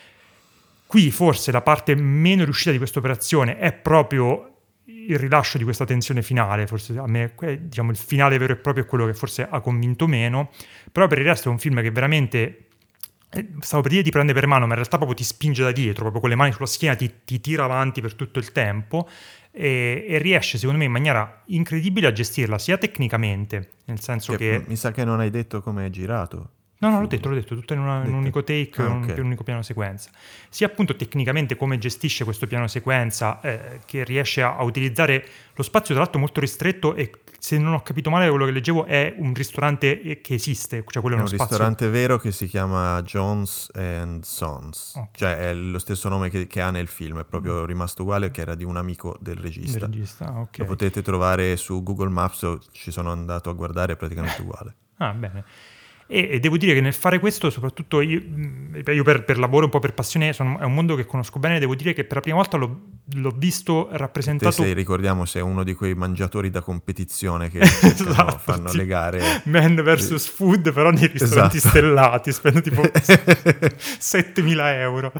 Qui forse la parte meno riuscita di questa operazione è proprio il rilascio di questa tensione finale, forse a me diciamo il finale vero e proprio è quello che forse ha convinto meno, però per il resto è un film che veramente, stavo per dire ti prende per mano, ma in realtà proprio ti spinge da dietro, proprio con le mani sulla schiena ti, ti tira avanti per tutto il tempo e, e riesce secondo me in maniera incredibile a gestirla sia tecnicamente, nel senso che... che... Mi sa che non hai detto come è girato. No, no, l'ho detto, l'ho detto, tutto in, una, in un unico take, ah, un, okay. un unico piano sequenza. Sia appunto tecnicamente come gestisce questo piano sequenza, eh, che riesce a, a utilizzare lo spazio tra l'altro molto ristretto e, se non ho capito male quello che leggevo, è un ristorante che esiste, cioè quello è, è uno un spazio... ristorante vero che si chiama Jones and Sons, okay. Cioè è lo stesso nome che, che ha nel film, è proprio rimasto uguale, che era di un amico del regista. Del regista, ok. Lo potete trovare su Google Maps, ci sono andato a guardare, è praticamente uguale. Ah, bene. E devo dire che nel fare questo, soprattutto io, io per, per lavoro, un po' per passione, sono, è un mondo che conosco bene, devo dire che per la prima volta l'ho, l'ho visto rappresentato... Te sei, ricordiamo, sei uno di quei mangiatori da competizione che esatto, fanno le gare... Man versus Food, però nei ristoranti esatto. stellati, spendo tipo settemila euro.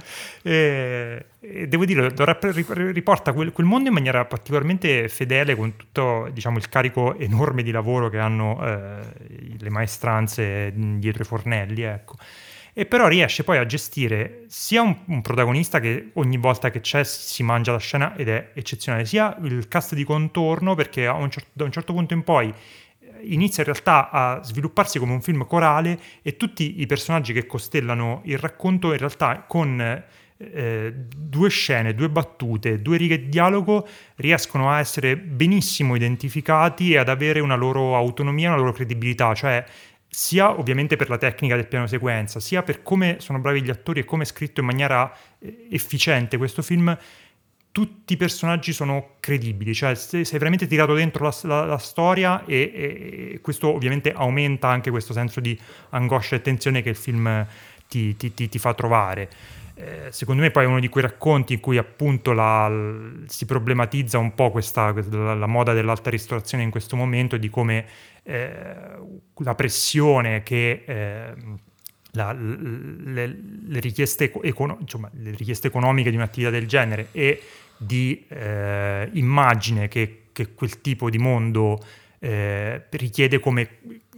E, e devo dire, lo riporta quel, quel mondo in maniera particolarmente fedele, con tutto, diciamo, il carico enorme di lavoro che hanno eh, le maestranze dietro i fornelli, ecco. E però riesce poi a gestire sia un, un protagonista che ogni volta che c'è si mangia la scena ed è eccezionale, sia il cast di contorno, perché a un certo, da un certo punto in poi inizia in realtà a svilupparsi come un film corale e tutti i personaggi che costellano il racconto in realtà con eh, due scene, due battute, due righe di dialogo riescono a essere benissimo identificati e ad avere una loro autonomia, una loro credibilità, cioè sia ovviamente per la tecnica del piano sequenza, sia per come sono bravi gli attori e come è scritto in maniera efficiente questo film. Tutti i personaggi sono credibili, cioè sei veramente tirato dentro la, la, la storia e, e questo ovviamente aumenta anche questo senso di angoscia e tensione che il film ti, ti, ti, ti fa trovare. Eh, secondo me poi è uno di quei racconti in cui appunto la, l, si problematizza un po' questa, la, la moda dell'alta ristorazione in questo momento e di come eh, la pressione che... Eh, La, le, le, richieste econo- insomma, le richieste economiche di un'attività del genere e di eh, immagine che, che quel tipo di mondo eh, richiede, come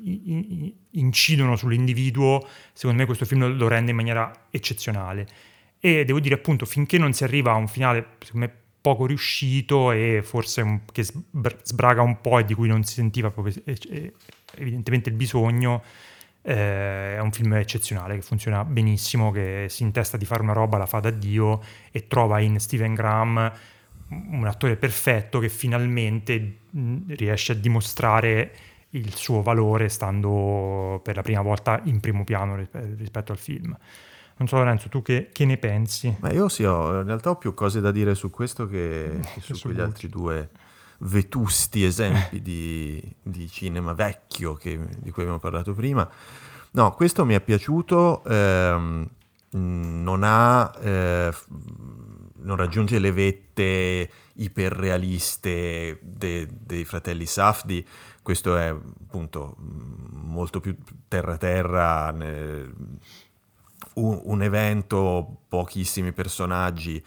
in, incidono sull'individuo, secondo me questo film lo rende in maniera eccezionale. E devo dire appunto, finché non si arriva a un finale secondo me poco riuscito e forse un, che sbraga un po' e di cui non si sentiva proprio eh, evidentemente il bisogno, Eh, è un film eccezionale che funziona benissimo, che si intesta di fare una roba, la fa da Dio e trova in Stephen Graham un attore perfetto che finalmente mh, riesce a dimostrare il suo valore stando per la prima volta in primo piano rispetto al film. Non so Lorenzo, tu che, che ne pensi? Ma io sì, ho, in realtà ho più cose da dire su questo che, che su quegli altri due vetusti esempi di, di cinema vecchio che, di cui abbiamo parlato prima. No, questo mi è piaciuto, ehm, non ha eh, non raggiunge le vette iperrealiste de, dei fratelli Safdie. Questo è appunto molto più terra terra, eh, un, un evento, pochissimi personaggi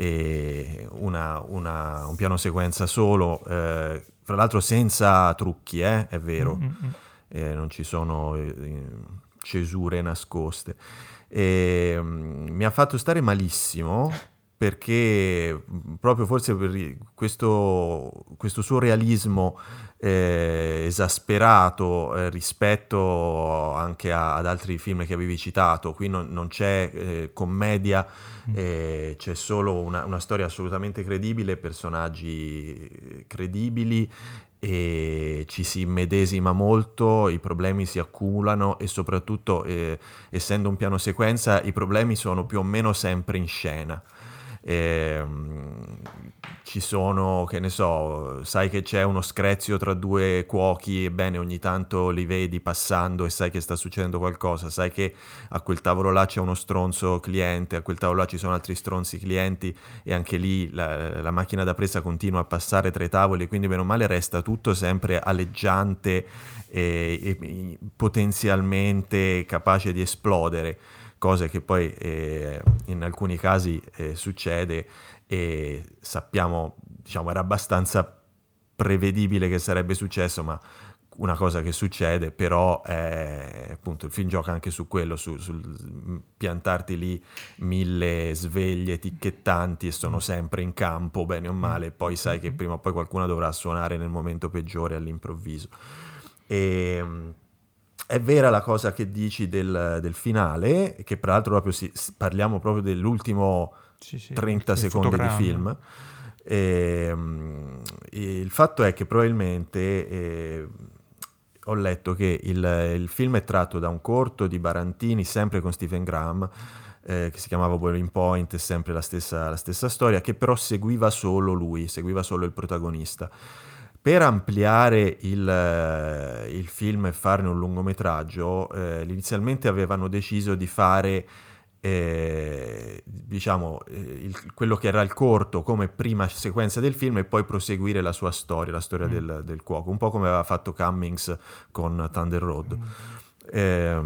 e una, una, un piano sequenza solo, eh, fra l'altro senza trucchi, eh, è vero, mm-hmm. eh, non ci sono eh, cesure nascoste. E, um, mi ha fatto stare malissimo perché proprio forse per questo, questo suo realismo eh, esasperato eh, rispetto anche a, ad altri film che avevi citato, qui non, non c'è eh, commedia, eh, c'è solo una, una storia assolutamente credibile, personaggi credibili, e ci si immedesima molto, i problemi si accumulano e soprattutto eh, essendo un piano sequenza i problemi sono più o meno sempre in scena. Eh, ci sono, che ne so, sai che c'è uno screzio tra due cuochi, ebbene ogni tanto li vedi passando e sai che sta succedendo qualcosa, sai che a quel tavolo là c'è uno stronzo cliente, a quel tavolo là ci sono altri stronzi clienti e anche lì la, la macchina da presa continua a passare tra i tavoli, quindi bene o male resta tutto sempre aleggiante e, e potenzialmente capace di esplodere, cose che poi eh, in alcuni casi eh, succede e sappiamo, diciamo, era abbastanza prevedibile che sarebbe successo, ma una cosa che succede, però è, appunto il film gioca anche su quello, su, sul piantarti lì mille sveglie ticchettanti e sono sempre in campo, bene o male, e poi sai che prima o poi qualcuno dovrà suonare nel momento peggiore all'improvviso. E è vera la cosa che dici del, del finale, che tra l'altro proprio si, parliamo proprio dell'ultimo sì, sì, trenta secondi di film. E, e il fatto è che probabilmente eh, ho letto che il, il film è tratto da un corto di Barantini, sempre con Stephen Graham, eh, che si chiamava Boiling Point, è sempre la stessa, la stessa storia, che però seguiva solo lui, seguiva solo il protagonista. Per ampliare il, il film e farne un lungometraggio, eh, inizialmente avevano deciso di fare eh, diciamo eh, il, quello che era il corto come prima sequenza del film e poi proseguire la sua storia, la storia mm. del, del cuoco, un po' come aveva fatto Cummings con Thunder Road. Mm. Eh,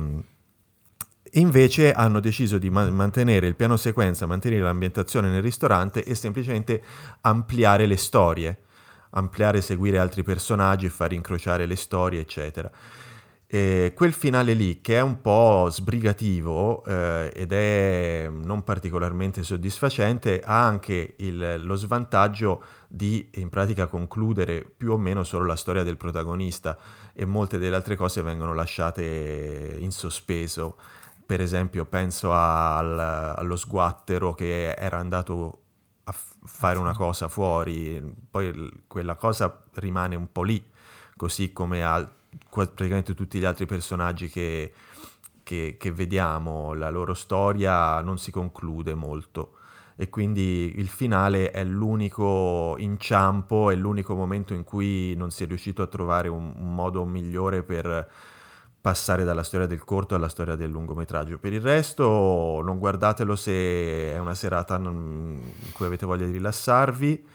invece hanno deciso di ma- mantenere il piano sequenza, mantenere l'ambientazione nel ristorante e semplicemente ampliare le storie. ampliare, seguire altri personaggi, far incrociare le storie, eccetera. E quel finale lì, che è un po' sbrigativo eh, ed è non particolarmente soddisfacente, ha anche il, lo svantaggio di, in pratica, concludere più o meno solo la storia del protagonista e molte delle altre cose vengono lasciate in sospeso. Per esempio, penso al, allo sguattero che era andato a fare una cosa fuori, poi quella cosa rimane un po' lì, così come al, praticamente tutti gli altri personaggi che, che, che vediamo, la loro storia non si conclude molto e quindi il finale è l'unico inciampo, è l'unico momento in cui non si è riuscito a trovare un, un modo migliore per passare dalla storia del corto alla storia del lungometraggio. Per il resto non guardatelo se è una serata in cui avete voglia di rilassarvi,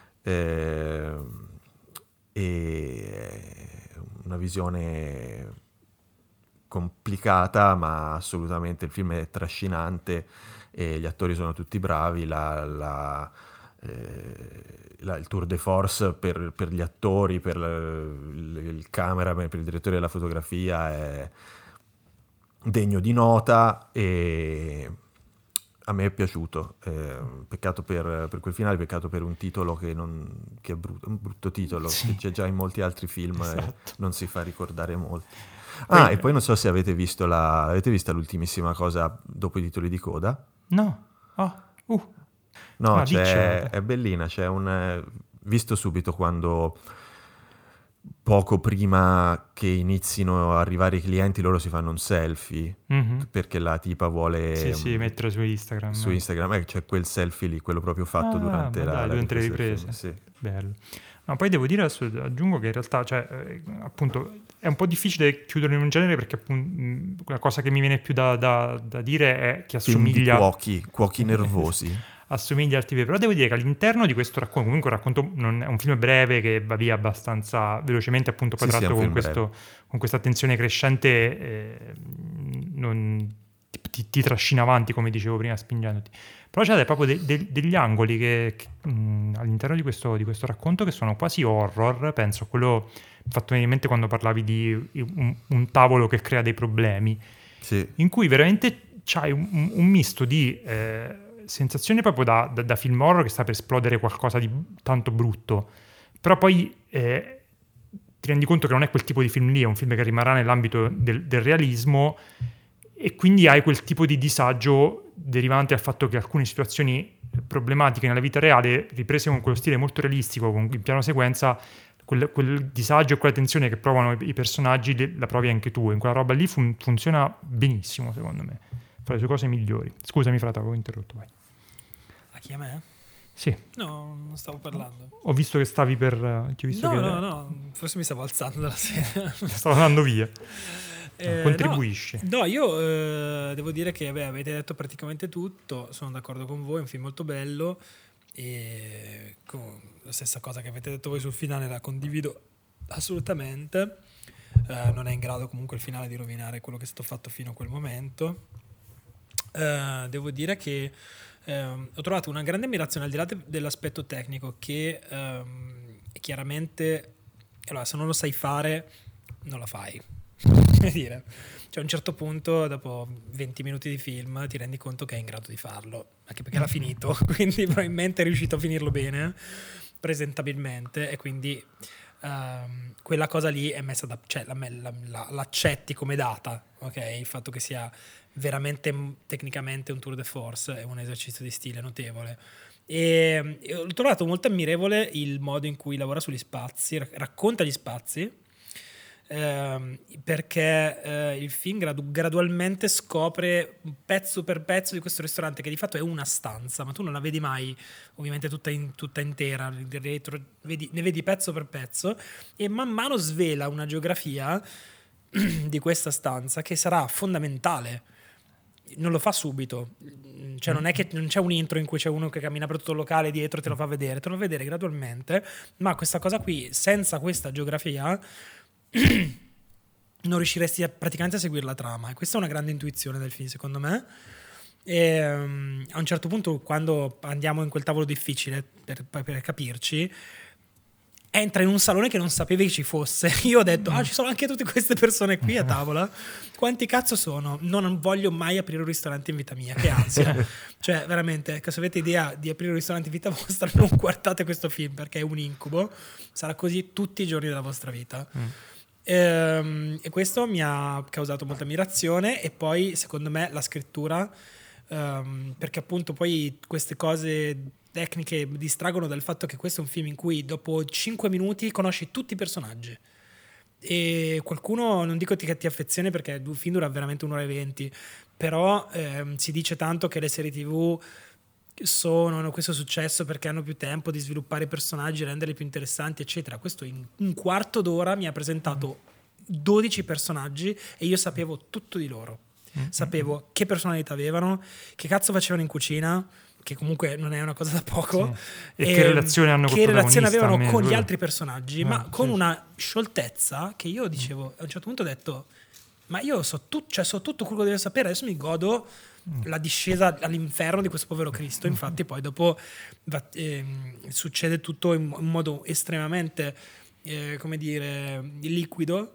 eh, e una visione complicata, ma assolutamente il film è trascinante e gli attori sono tutti bravi, la, la, eh, la, il tour de force per, per gli attori, per la, il, il cameraman, per il direttore della fotografia è degno di nota e a me è piaciuto. Eh, peccato per, per quel finale, peccato per un titolo che, non, che è brutto, un brutto titolo, sì, che c'è già in molti altri film, esatto, e non si fa ricordare molto. Ah, poi, e poi non so se avete visto la, avete vista l'ultimissima cosa dopo i titoli di coda? No. Oh. Uh. No, ah, c'è, è bellina, c'è un... Visto subito quando poco prima che inizino a arrivare i clienti loro si fanno un selfie, mm-hmm, perché la tipa vuole... Sì, sì, mettere su Instagram. Su Instagram, eh, c'è quel selfie lì, quello proprio fatto ah, durante, la, dai, la durante le riprese. Sì. Bello. No, poi devo dire, aggiungo che in realtà, cioè, eh, appunto, è un po' difficile chiudere in un genere perché appunto la cosa che mi viene più da, da, da dire è che assomiglia... Film di cuochi, cuochi nervosi. Assomiglia al T V, però devo dire che all'interno di questo racconto, comunque un racconto non è un film breve che va via abbastanza velocemente, appunto poi sì, tratto sì, con, questo, con questa attenzione crescente, eh, non, ti, ti trascina avanti, come dicevo prima, spingendoti. Però c'è proprio de, de, degli angoli che, che mh, all'interno di questo, di questo racconto che sono quasi horror, penso a quello fatto in mente quando parlavi di un, un tavolo che crea dei problemi. Sì. in cui veramente c'hai un, un- un misto di eh, sensazioni proprio da, da- da film horror che sta per esplodere qualcosa di tanto brutto, però poi eh, ti rendi conto che non è quel tipo di film lì, è un film che rimarrà nell'ambito del, del realismo, e quindi hai quel tipo di disagio derivante dal fatto che alcune situazioni problematiche nella vita reale, riprese con quello stile molto realistico, con il piano sequenza, quel, quel disagio e quella tensione che provano i, i personaggi le- la provi anche tu. In quella roba lì fun- funziona benissimo, secondo me. Fa le sue cose migliori. Scusami, frate, avevo interrotto, vai. A chi, a me? Sì, No, non stavo parlando. ho visto che stavi per... eh, ti ho visto No, che no, no, forse mi stavo alzando dalla sedia. stavo andando via. Eh, Contribuisci. No, no, io eh, devo dire che vabbè, avete detto praticamente tutto, sono d'accordo con voi, è un film molto bello e con la stessa cosa che avete detto voi sul finale la condivido assolutamente. Eh, non è in grado comunque il finale di rovinare quello che è stato fatto fino a quel momento. Eh, devo dire che ehm, ho trovato una grande ammirazione al di là de- dell'aspetto tecnico che ehm, chiaramente allora, se non lo sai fare non la fai. Come dire, cioè a un certo punto dopo venti minuti di film ti rendi conto che è in grado di farlo, anche perché l'ha finito, quindi probabilmente è riuscito a finirlo bene, presentabilmente, e quindi ehm, quella cosa lì è messa da, cioè la, la- la- l'accetti come data, ok? Il fatto che sia veramente m- tecnicamente un tour de force è un esercizio di stile notevole. E, e ho trovato molto ammirevole il modo in cui lavora sugli spazi, rac- racconta gli spazi, ehm, perché eh, il film gradu- gradualmente scopre pezzo per pezzo di questo ristorante che di fatto è una stanza, ma tu non la vedi mai ovviamente tutta, in- tutta intera, dietro, vedi- ne vedi pezzo per pezzo, e man mano svela una geografia di questa stanza che sarà fondamentale. Non lo fa subito, cioè non è che non c'è un intro in cui c'è uno che cammina per tutto il locale dietro e te lo fa vedere, te lo fa vedere gradualmente, ma questa cosa qui, senza questa geografia non riusciresti a, praticamente a seguire la trama, e questa è una grande intuizione del film secondo me. E, um, a un certo punto, quando andiamo in quel tavolo difficile per, per capirci, entra in un salone che non sapevi che ci fosse. Io ho detto, ah, ci sono anche tutte queste persone qui a tavola, quanti cazzo sono? No, non voglio mai aprire un ristorante in vita mia, che ansia. Cioè veramente, se avete idea di aprire un ristorante in vita vostra, non guardate questo film perché è un incubo, sarà così tutti i giorni della vostra vita. Mm. Ehm, e questo mi ha causato molta ammirazione, e poi secondo me la scrittura, ehm, perché appunto poi queste cose tecniche distraggono dal fatto che questo è un film in cui dopo cinque minuti conosci tutti i personaggi, e qualcuno, non dico che ti affezioni perché il film dura veramente un'ora e venti, però ehm, si dice tanto che le serie tv sono, hanno questo successo perché hanno più tempo di sviluppare i personaggi, renderli più interessanti, eccetera. Questo in un quarto d'ora mi ha presentato dodici personaggi e io sapevo tutto di loro. Sapevo che personalità avevano, che cazzo facevano in cucina, che comunque non è una cosa da poco, sì. E che relazione hanno col che relazione protagonista, avevano almeno, con gli quello. altri personaggi, Ah, ma con sì, una scioltezza che io dicevo, a un certo punto ho detto, ma io so, tu, cioè, so tutto quello che devo sapere, adesso mi godo la discesa all'inferno di questo povero Cristo. Infatti poi dopo va, ehm, succede tutto in, in modo estremamente eh, come dire liquido.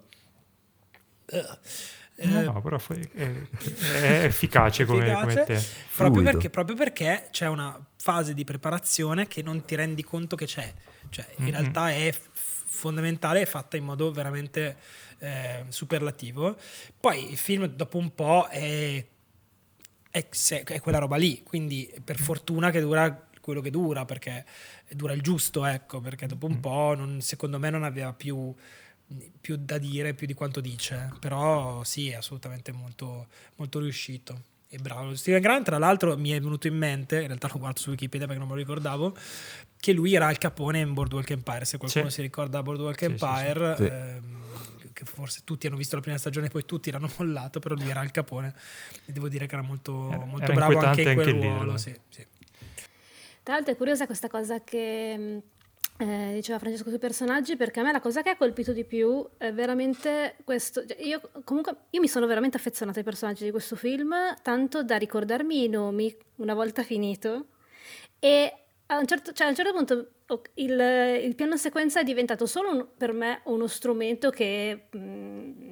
Uh, No, no, però è, è, è efficace, come, come te. Proprio Fluido. perché, proprio perché c'è una fase di preparazione che non ti rendi conto che c'è. Cioè, in Mm-hmm. realtà è f- fondamentale, è fatta in modo veramente eh, superlativo. Poi il film dopo un po' è, è, se- è quella roba lì, quindi per fortuna che dura quello che dura, perché dura il giusto, ecco, perché dopo un po' non, secondo me non aveva più più da dire, più di quanto dice, però sì, è assolutamente molto, molto riuscito e bravo. Steven Grant, tra l'altro, mi è venuto in mente, in realtà lo guardo su Wikipedia perché non me lo ricordavo, che lui era Al Capone in Boardwalk Empire. Se qualcuno Sì. si ricorda Boardwalk Sì, Empire, sì, sì. ehm, che forse tutti hanno visto la prima stagione e poi tutti l'hanno mollato, però lui era Al Capone e devo dire che era molto, Era- molto era bravo anche in inquietante quel anche lì, ruolo. lui. Sì, sì. Tra l'altro è curiosa questa cosa che eh, diceva Francesco sui personaggi, perché a me la cosa che ha colpito di più è veramente questo. Cioè, io comunque io mi sono veramente affezionata ai personaggi di questo film, tanto da ricordarmi i nomi una volta finito, e a un certo, cioè, a un certo punto oh, il, il piano sequenza è diventato solo un- per me uno strumento che mh,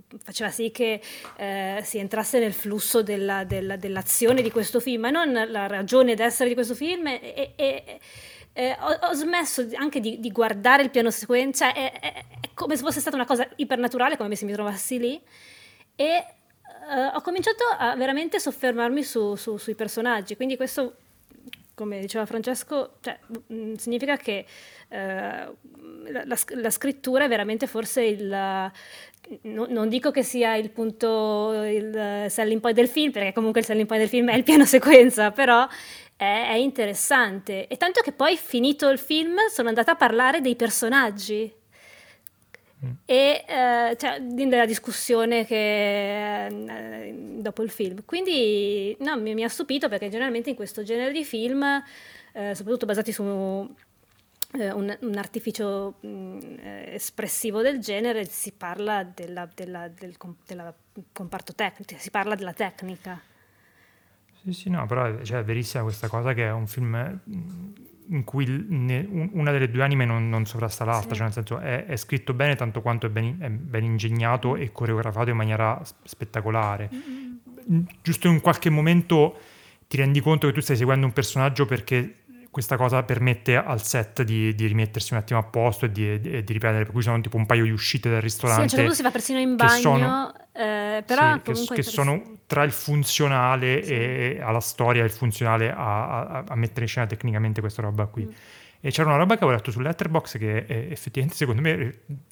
faceva sì che eh, si entrasse nel flusso della, della, dell'azione di questo film, ma non la ragione d'essere di questo film. E, e, e eh, ho, ho smesso anche di, di guardare il piano sequenza, è, è, è come se fosse stata una cosa ipernaturale, come se mi trovassi lì, e eh, ho cominciato a veramente soffermarmi su, su, sui personaggi, quindi questo, come diceva Francesco, cioè, mh, significa che eh, la, la, la scrittura è veramente forse il... No, non dico che sia il punto, il selling point del film, perché comunque il selling point del film è il piano sequenza, però è, è interessante. E tanto che poi, finito il film, sono andata a parlare dei personaggi. Mm. E eh, cioè, della discussione che eh, dopo il film. Quindi no, mi, mi ha stupito, perché generalmente in questo genere di film, eh, soprattutto basati su Un, un artificio mh, espressivo del genere, si parla della, della, del della comparto tecnico, si parla della tecnica. Sì, sì, no, però cioè, è verissima questa cosa, che è un film in cui ne, un, una delle due anime non, non sovrasta l'altra, sì. Cioè nel senso è, è scritto bene tanto quanto è ben, è ben ingegnato e coreografato in maniera spettacolare. Mm-hmm. Giusto in qualche momento ti rendi conto che tu stai seguendo un personaggio, perché questa cosa permette al set di, di rimettersi un attimo a posto e di, di, di riprendere, per cui sono tipo un paio di uscite dal ristorante. Sì, a un certo punto si va persino in bagno, sono, eh, però sì, comunque che, che sono tra il funzionale sì. e alla storia, e il funzionale a, a, a mettere in scena tecnicamente questa roba qui. Mm. E c'era una roba che avevo letto su Letterboxd che è, effettivamente secondo me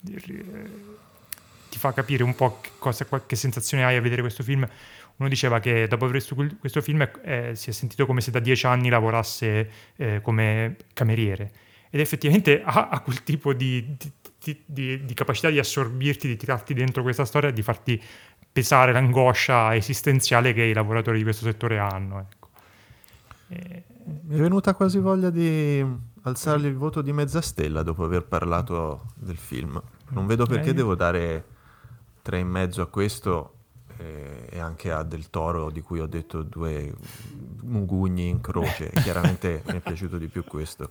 ti fa capire un po' che, cosa, che sensazione hai a vedere questo film. Uno diceva che dopo aver visto questo film eh, si è sentito come se da dieci anni lavorasse eh, come cameriere, ed effettivamente ha, ha quel tipo di, di, di, di capacità di assorbirti, di tirarti dentro questa storia e di farti pesare l'angoscia esistenziale che i lavoratori di questo settore hanno. Ecco. E... Mi è venuta quasi voglia di alzargli il voto di mezza stella dopo aver parlato del film. Non vedo perché eh. devo dare tre e mezzo a questo e anche a Del Toro, di cui ho detto due mugugni in croce. Chiaramente mi è piaciuto di più questo.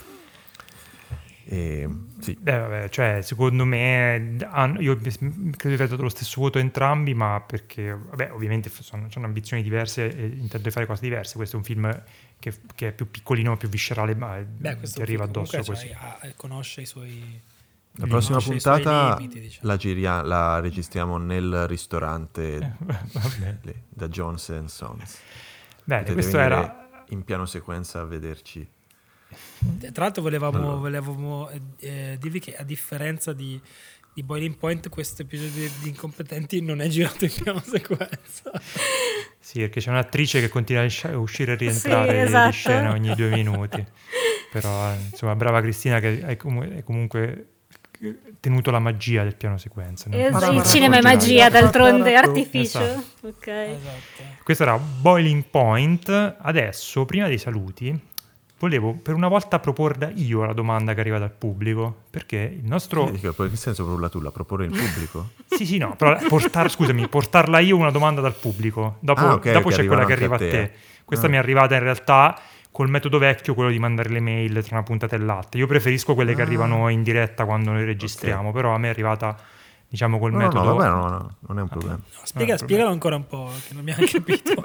E, sì. Beh, vabbè, cioè secondo me io credo di aver dato lo stesso voto a entrambi, ma perché vabbè, ovviamente sono, sono ambizioni diverse e intendo di fare cose diverse. Questo è un film che, che è più piccolino, più viscerale, ma Beh, ti arriva addosso così. Cioè, conosce i suoi... La prossima puntata limiti, diciamo. la, giria- la registriamo nel ristorante eh, le, da Jones and Sons. Bene, Potete questo era in piano sequenza a vederci. Tra l'altro volevamo, allora. volevamo eh, dirvi che, a differenza di, di Boiling Point, questo episodio di Incompetenti non è girato in piano sequenza. Sì, perché c'è un'attrice che continua a uscire e rientrare sì, esatto. di scena ogni due minuti. Però insomma, brava Cristina, che è comunque tenuto la magia del piano sequenza, no? Es- il cinema è magia, d'altronde, artificio. Esatto. Okay. Esatto. Questo era Boiling Point. Adesso, prima dei saluti, volevo per una volta proporla io la domanda che arriva dal pubblico, perché il nostro... Che senso proprio tu la proporre in pubblico? Sì, sì, no, però portar, scusami, portarla io una domanda dal pubblico. Dopo, ah, okay, dopo che c'è quella che arriva a te. te. Questa ah. mi è arrivata in realtà col metodo vecchio, quello di mandare le mail tra una puntata e l'altra. Io preferisco quelle ah. che arrivano in diretta quando noi registriamo, okay. però a me è arrivata, diciamo, col no, metodo... No, vabbè, no, no, non è un problema. No, spiega, spiegalo ancora un po', che non mi hanno capito.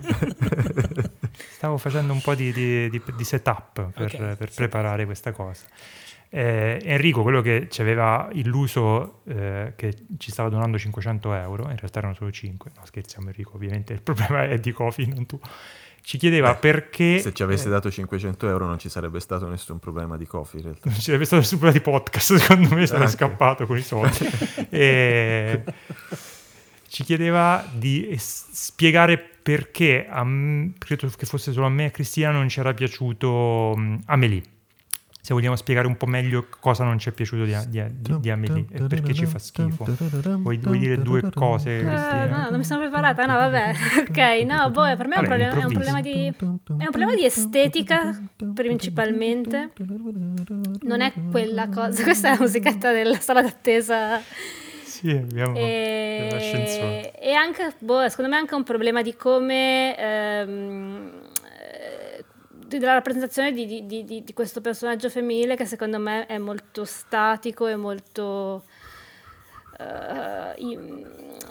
Stavo facendo un po' di, di, di, di setup per, okay, per sì. preparare questa cosa. Eh, Enrico, quello che ci aveva illuso eh, che ci stava donando cinquecento euro, in realtà erano solo cinque, no scherziamo Enrico, ovviamente il problema è di Kofi, non tu, ci chiedeva eh, perché... Se ci avesse eh, dato cinquecento euro non ci sarebbe stato nessun problema di Kofi in realtà. Non ci sarebbe stato nessun problema di podcast, secondo me sarebbe okay. scappato con i soldi. e... Ci chiedeva di es- spiegare perché, a m- credo che fosse solo a me e a Cristina, non ci era piaciuto um, Amélie. Se vogliamo spiegare un po' meglio cosa non ci è piaciuto di, di, di, di Amélie e perché ci fa schifo. Vuoi, vuoi dire due cose, Cristina? Uh, no, non mi sono preparata, no, vabbè. Ok, no, boh, per me è un, problema, è un problema di... È un problema di estetica, principalmente. Non è quella cosa... Questa è la musichetta della sala d'attesa... Sì, abbiamo e, e anche, boh, secondo me è anche un problema di come ehm, della rappresentazione di, di, di, di questo personaggio femminile, che secondo me è molto statico e molto uh,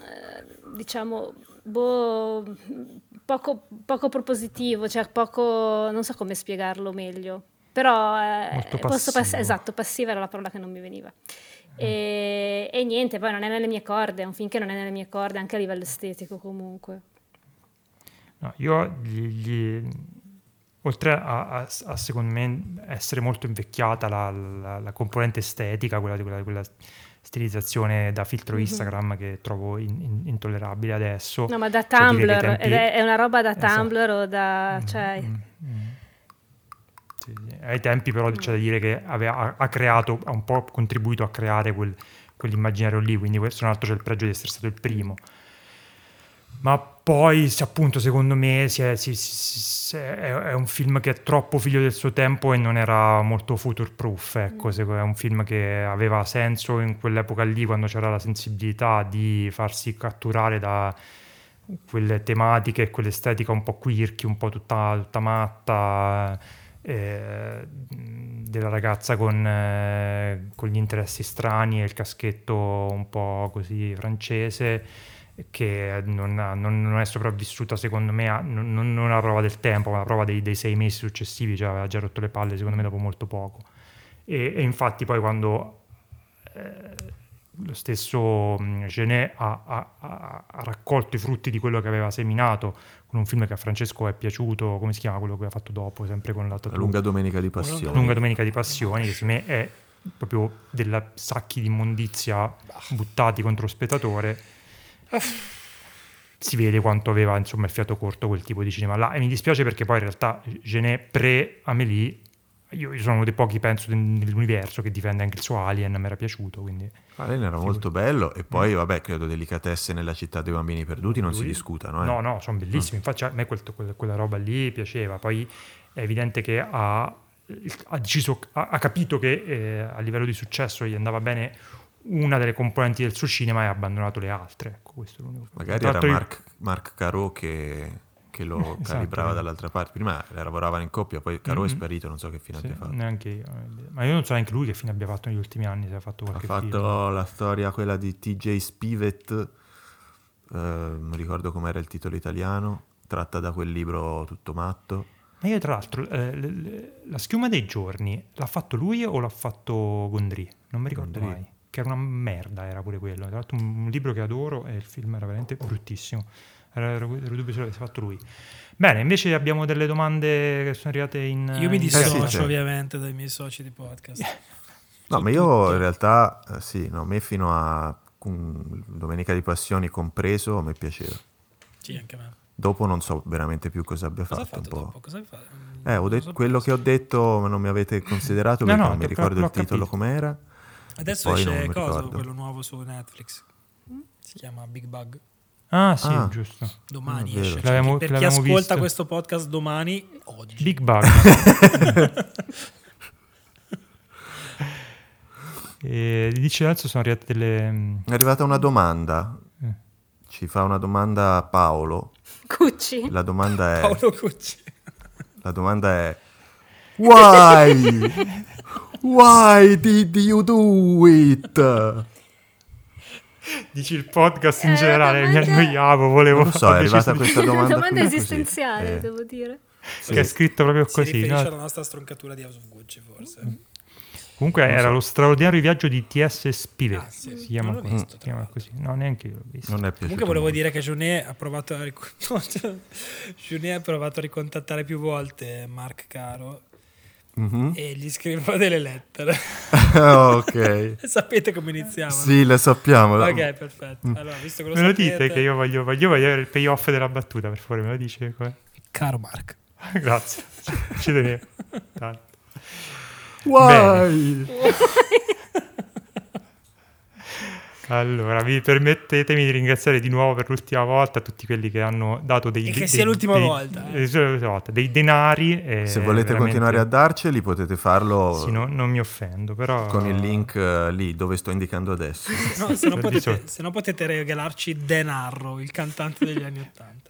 diciamo, boh, poco, poco propositivo, cioè poco, non so come spiegarlo meglio, però eh, posso pass- esatto, passiva era la parola che non mi veniva. E, e niente, poi non è nelle mie corde, è un film che non è nelle mie corde anche a livello estetico comunque. No, io gli, gli, oltre a, a, a secondo me essere molto invecchiata la, la, la componente estetica, quella di quella, quella stilizzazione da filtro mm-hmm. Instagram che trovo in, in, intollerabile adesso. No, ma da Tumblr, cioè, tempi... è, è una roba da esatto. Tumblr o da... Mm, cioè... mm, mm. Sì, sì. Ai tempi però c'è da dire che aveva, ha creato, ha un po' contribuito a creare quel, quell'immaginario lì, quindi questo è un altro, c'è il pregio di essere stato il primo. Ma poi appunto secondo me si è, si, si, si, è, è un film che è troppo figlio del suo tempo e non era molto future proof, ecco. Mm. È un film che aveva senso in quell'epoca lì, quando c'era la sensibilità di farsi catturare da quelle tematiche e quell'estetica un po' quirky, un po' tutta, tutta matta, eh, della ragazza con, eh, con gli interessi strani e il caschetto un po' così francese, che non, ha, non, non è sopravvissuta secondo me a, non, non alla prova del tempo, ma alla prova dei, dei sei mesi successivi, cioè aveva già rotto le palle secondo me dopo molto poco. E, e infatti poi quando eh, lo stesso Genet ha, ha, ha raccolto i frutti di quello che aveva seminato con un film che a Francesco è piaciuto, come si chiama quello che ha fatto dopo, sempre con la La Lunga Domenica di Passioni. Lunga Domenica di Passioni, che secondo me è proprio della sacchi di immondizia buttati contro lo spettatore. Si vede quanto aveva insomma il fiato corto quel tipo di cinema là, e mi dispiace perché poi in realtà Genet pre-Amélie io, io sono uno dei pochi penso nell'universo che difende anche il suo Alien, mi era piaciuto, quindi Alien era molto bello, e poi mm. vabbè credo Delicatesse nella città dei bambini perduti non Lui? si discutano eh. no no sono bellissimi, mm. infatti a me quel, quella, quella roba lì piaceva. Poi è evidente che ha, ha deciso ha, ha capito che eh, a livello di successo gli andava bene una delle componenti del suo cinema e ha abbandonato le altre, ecco, questo è l'unico. Magari era Marc, Marc Caro che, che lo esatto, calibrava dall'altra parte. Prima lavoravano in coppia, poi Caro mm-hmm. è sparito, non so che fine sì, abbia fatto. Neanche io. Ma io non so neanche lui che fine abbia fatto negli ultimi anni, se ha fatto qualche Ha fatto film. La storia, quella di T J Spivet, eh, non ricordo com'era il titolo italiano, tratta da quel libro tutto matto. Ma io tra l'altro, eh, le, le, La schiuma dei giorni, l'ha fatto lui o l'ha fatto Gondry? Non mi ricordo Gondry. mai. Che era una merda, era pure quello. Tra l'altro un, un libro che adoro e il film era veramente bruttissimo. Ero, ero, ero dubbio se l'avesse fatto lui. Bene, invece abbiamo delle domande che sono arrivate in... Io mi in dissocio eh sì, ovviamente dai miei soci di podcast. No, ma io in realtà, eh, sì, no, a me fino a um, Domenica di Passioni compreso, a me piaceva. Sì, anche a me. Dopo non so veramente più cosa abbia cosa fatto. fatto un po'. dopo? Cosa hai fatto? Eh, ho detto, quello che ho detto non mi avete considerato perché no, no, non mi ricordo il titolo capito. com'era. Adesso esce cosa, quello nuovo su Netflix. Si chiama Big Bug. Ah sì, ah, giusto. Domani ah, esce. Cioè, per chi ascolta visto. questo podcast domani, oggi. Big Bug. E dice adesso sono arrivate delle... È arrivata una domanda. Eh. Ci fa una domanda Paolo. Cucci. La domanda è... Paolo Cucci. La domanda è... Why? Why did you do it? Dici il podcast in eh, generale, domanda... mi annoiavo, volevo... Non so, è arrivata questa domanda. Una domanda esistenziale, eh. devo dire. Sì. Che è scritto proprio si così. Si riferisce no? alla nostra stroncatura di House of Gucci, forse. Mm. Comunque non era so. Lo straordinario viaggio di T S Spivet. Ah, sì. Si chiama, così. Visto, si chiama così. No, neanche io l'ho visto. Non è Comunque volevo dire che Genet ha provato a ric- Genet ha provato a ricontattare più volte Marc Caro. Mm-hmm. E gli scriveva delle lettere. Oh, ok. Sapete come iniziamo? Sì, le sappiamo. Ok, perfetto. Allora, visto che lo me lo sapete... dite che io voglio, voglio vedere il payoff della battuta, per favore, me lo dici? Caro Marc. Grazie, ci tenevo. Tanto. Why? Allora, vi permettetemi di ringraziare di nuovo per l'ultima volta tutti quelli che hanno dato dei... E che dei, sia l'ultima dei, volta. Eh. Volta, dei denari. E se volete continuare a darceli potete farlo... Sì, no, non mi offendo, però... Con il link uh, lì dove sto indicando adesso. No, se no potete, se no potete regalarci Dan Arrow, il cantante degli anni Ottanta.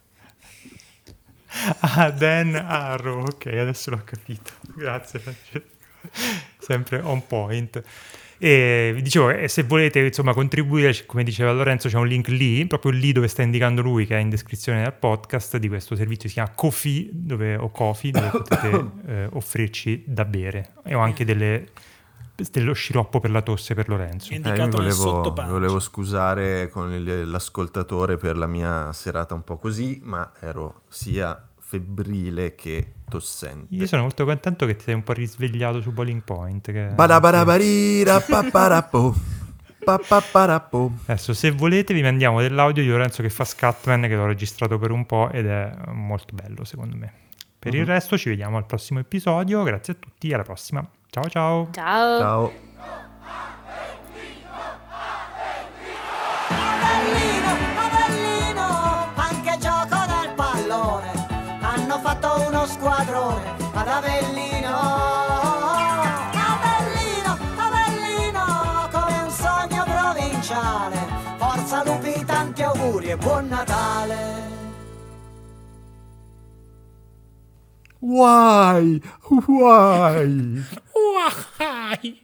Ah, Dan Arrow, ok, adesso l'ho capito. Grazie, sempre on point. E vi dicevo, eh, se volete insomma contribuire, come diceva Lorenzo, c'è un link lì, proprio lì dove sta indicando lui, che è in descrizione del podcast, di questo servizio, si chiama Ko-fi, dove, o Ko-fi, dove potete eh, offrirci da bere. E ho anche delle, dello sciroppo per la tosse per Lorenzo. Eh, Indicato io nel volevo, sottopancia. volevo scusare con il- l'ascoltatore per la mia serata un po' così, ma ero sia febbrile che tossente. Io sono molto contento che ti sei un po' risvegliato su Bowling Point. Che... Badabarabarira, paparapo, papaparapo. Adesso, se volete, vi mandiamo dell'audio di Lorenzo che fa Scatman, che l'ho registrato per un po' ed è molto bello, secondo me. Per il resto, ci vediamo al prossimo episodio. Grazie a tutti, alla prossima. Ciao ciao. Ciao. Ciao. Avellino, Avellino, anche gioco del pallone, hanno fatto uno squadrone ad Avellino. Avellino, Avellino, come un sogno provinciale, forza lupi, tanti auguri e buon Natale. Why? Why? Why?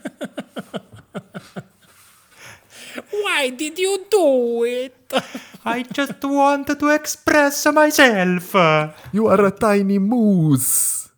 Why did you do it? I just want to express myself. You are a tiny moose.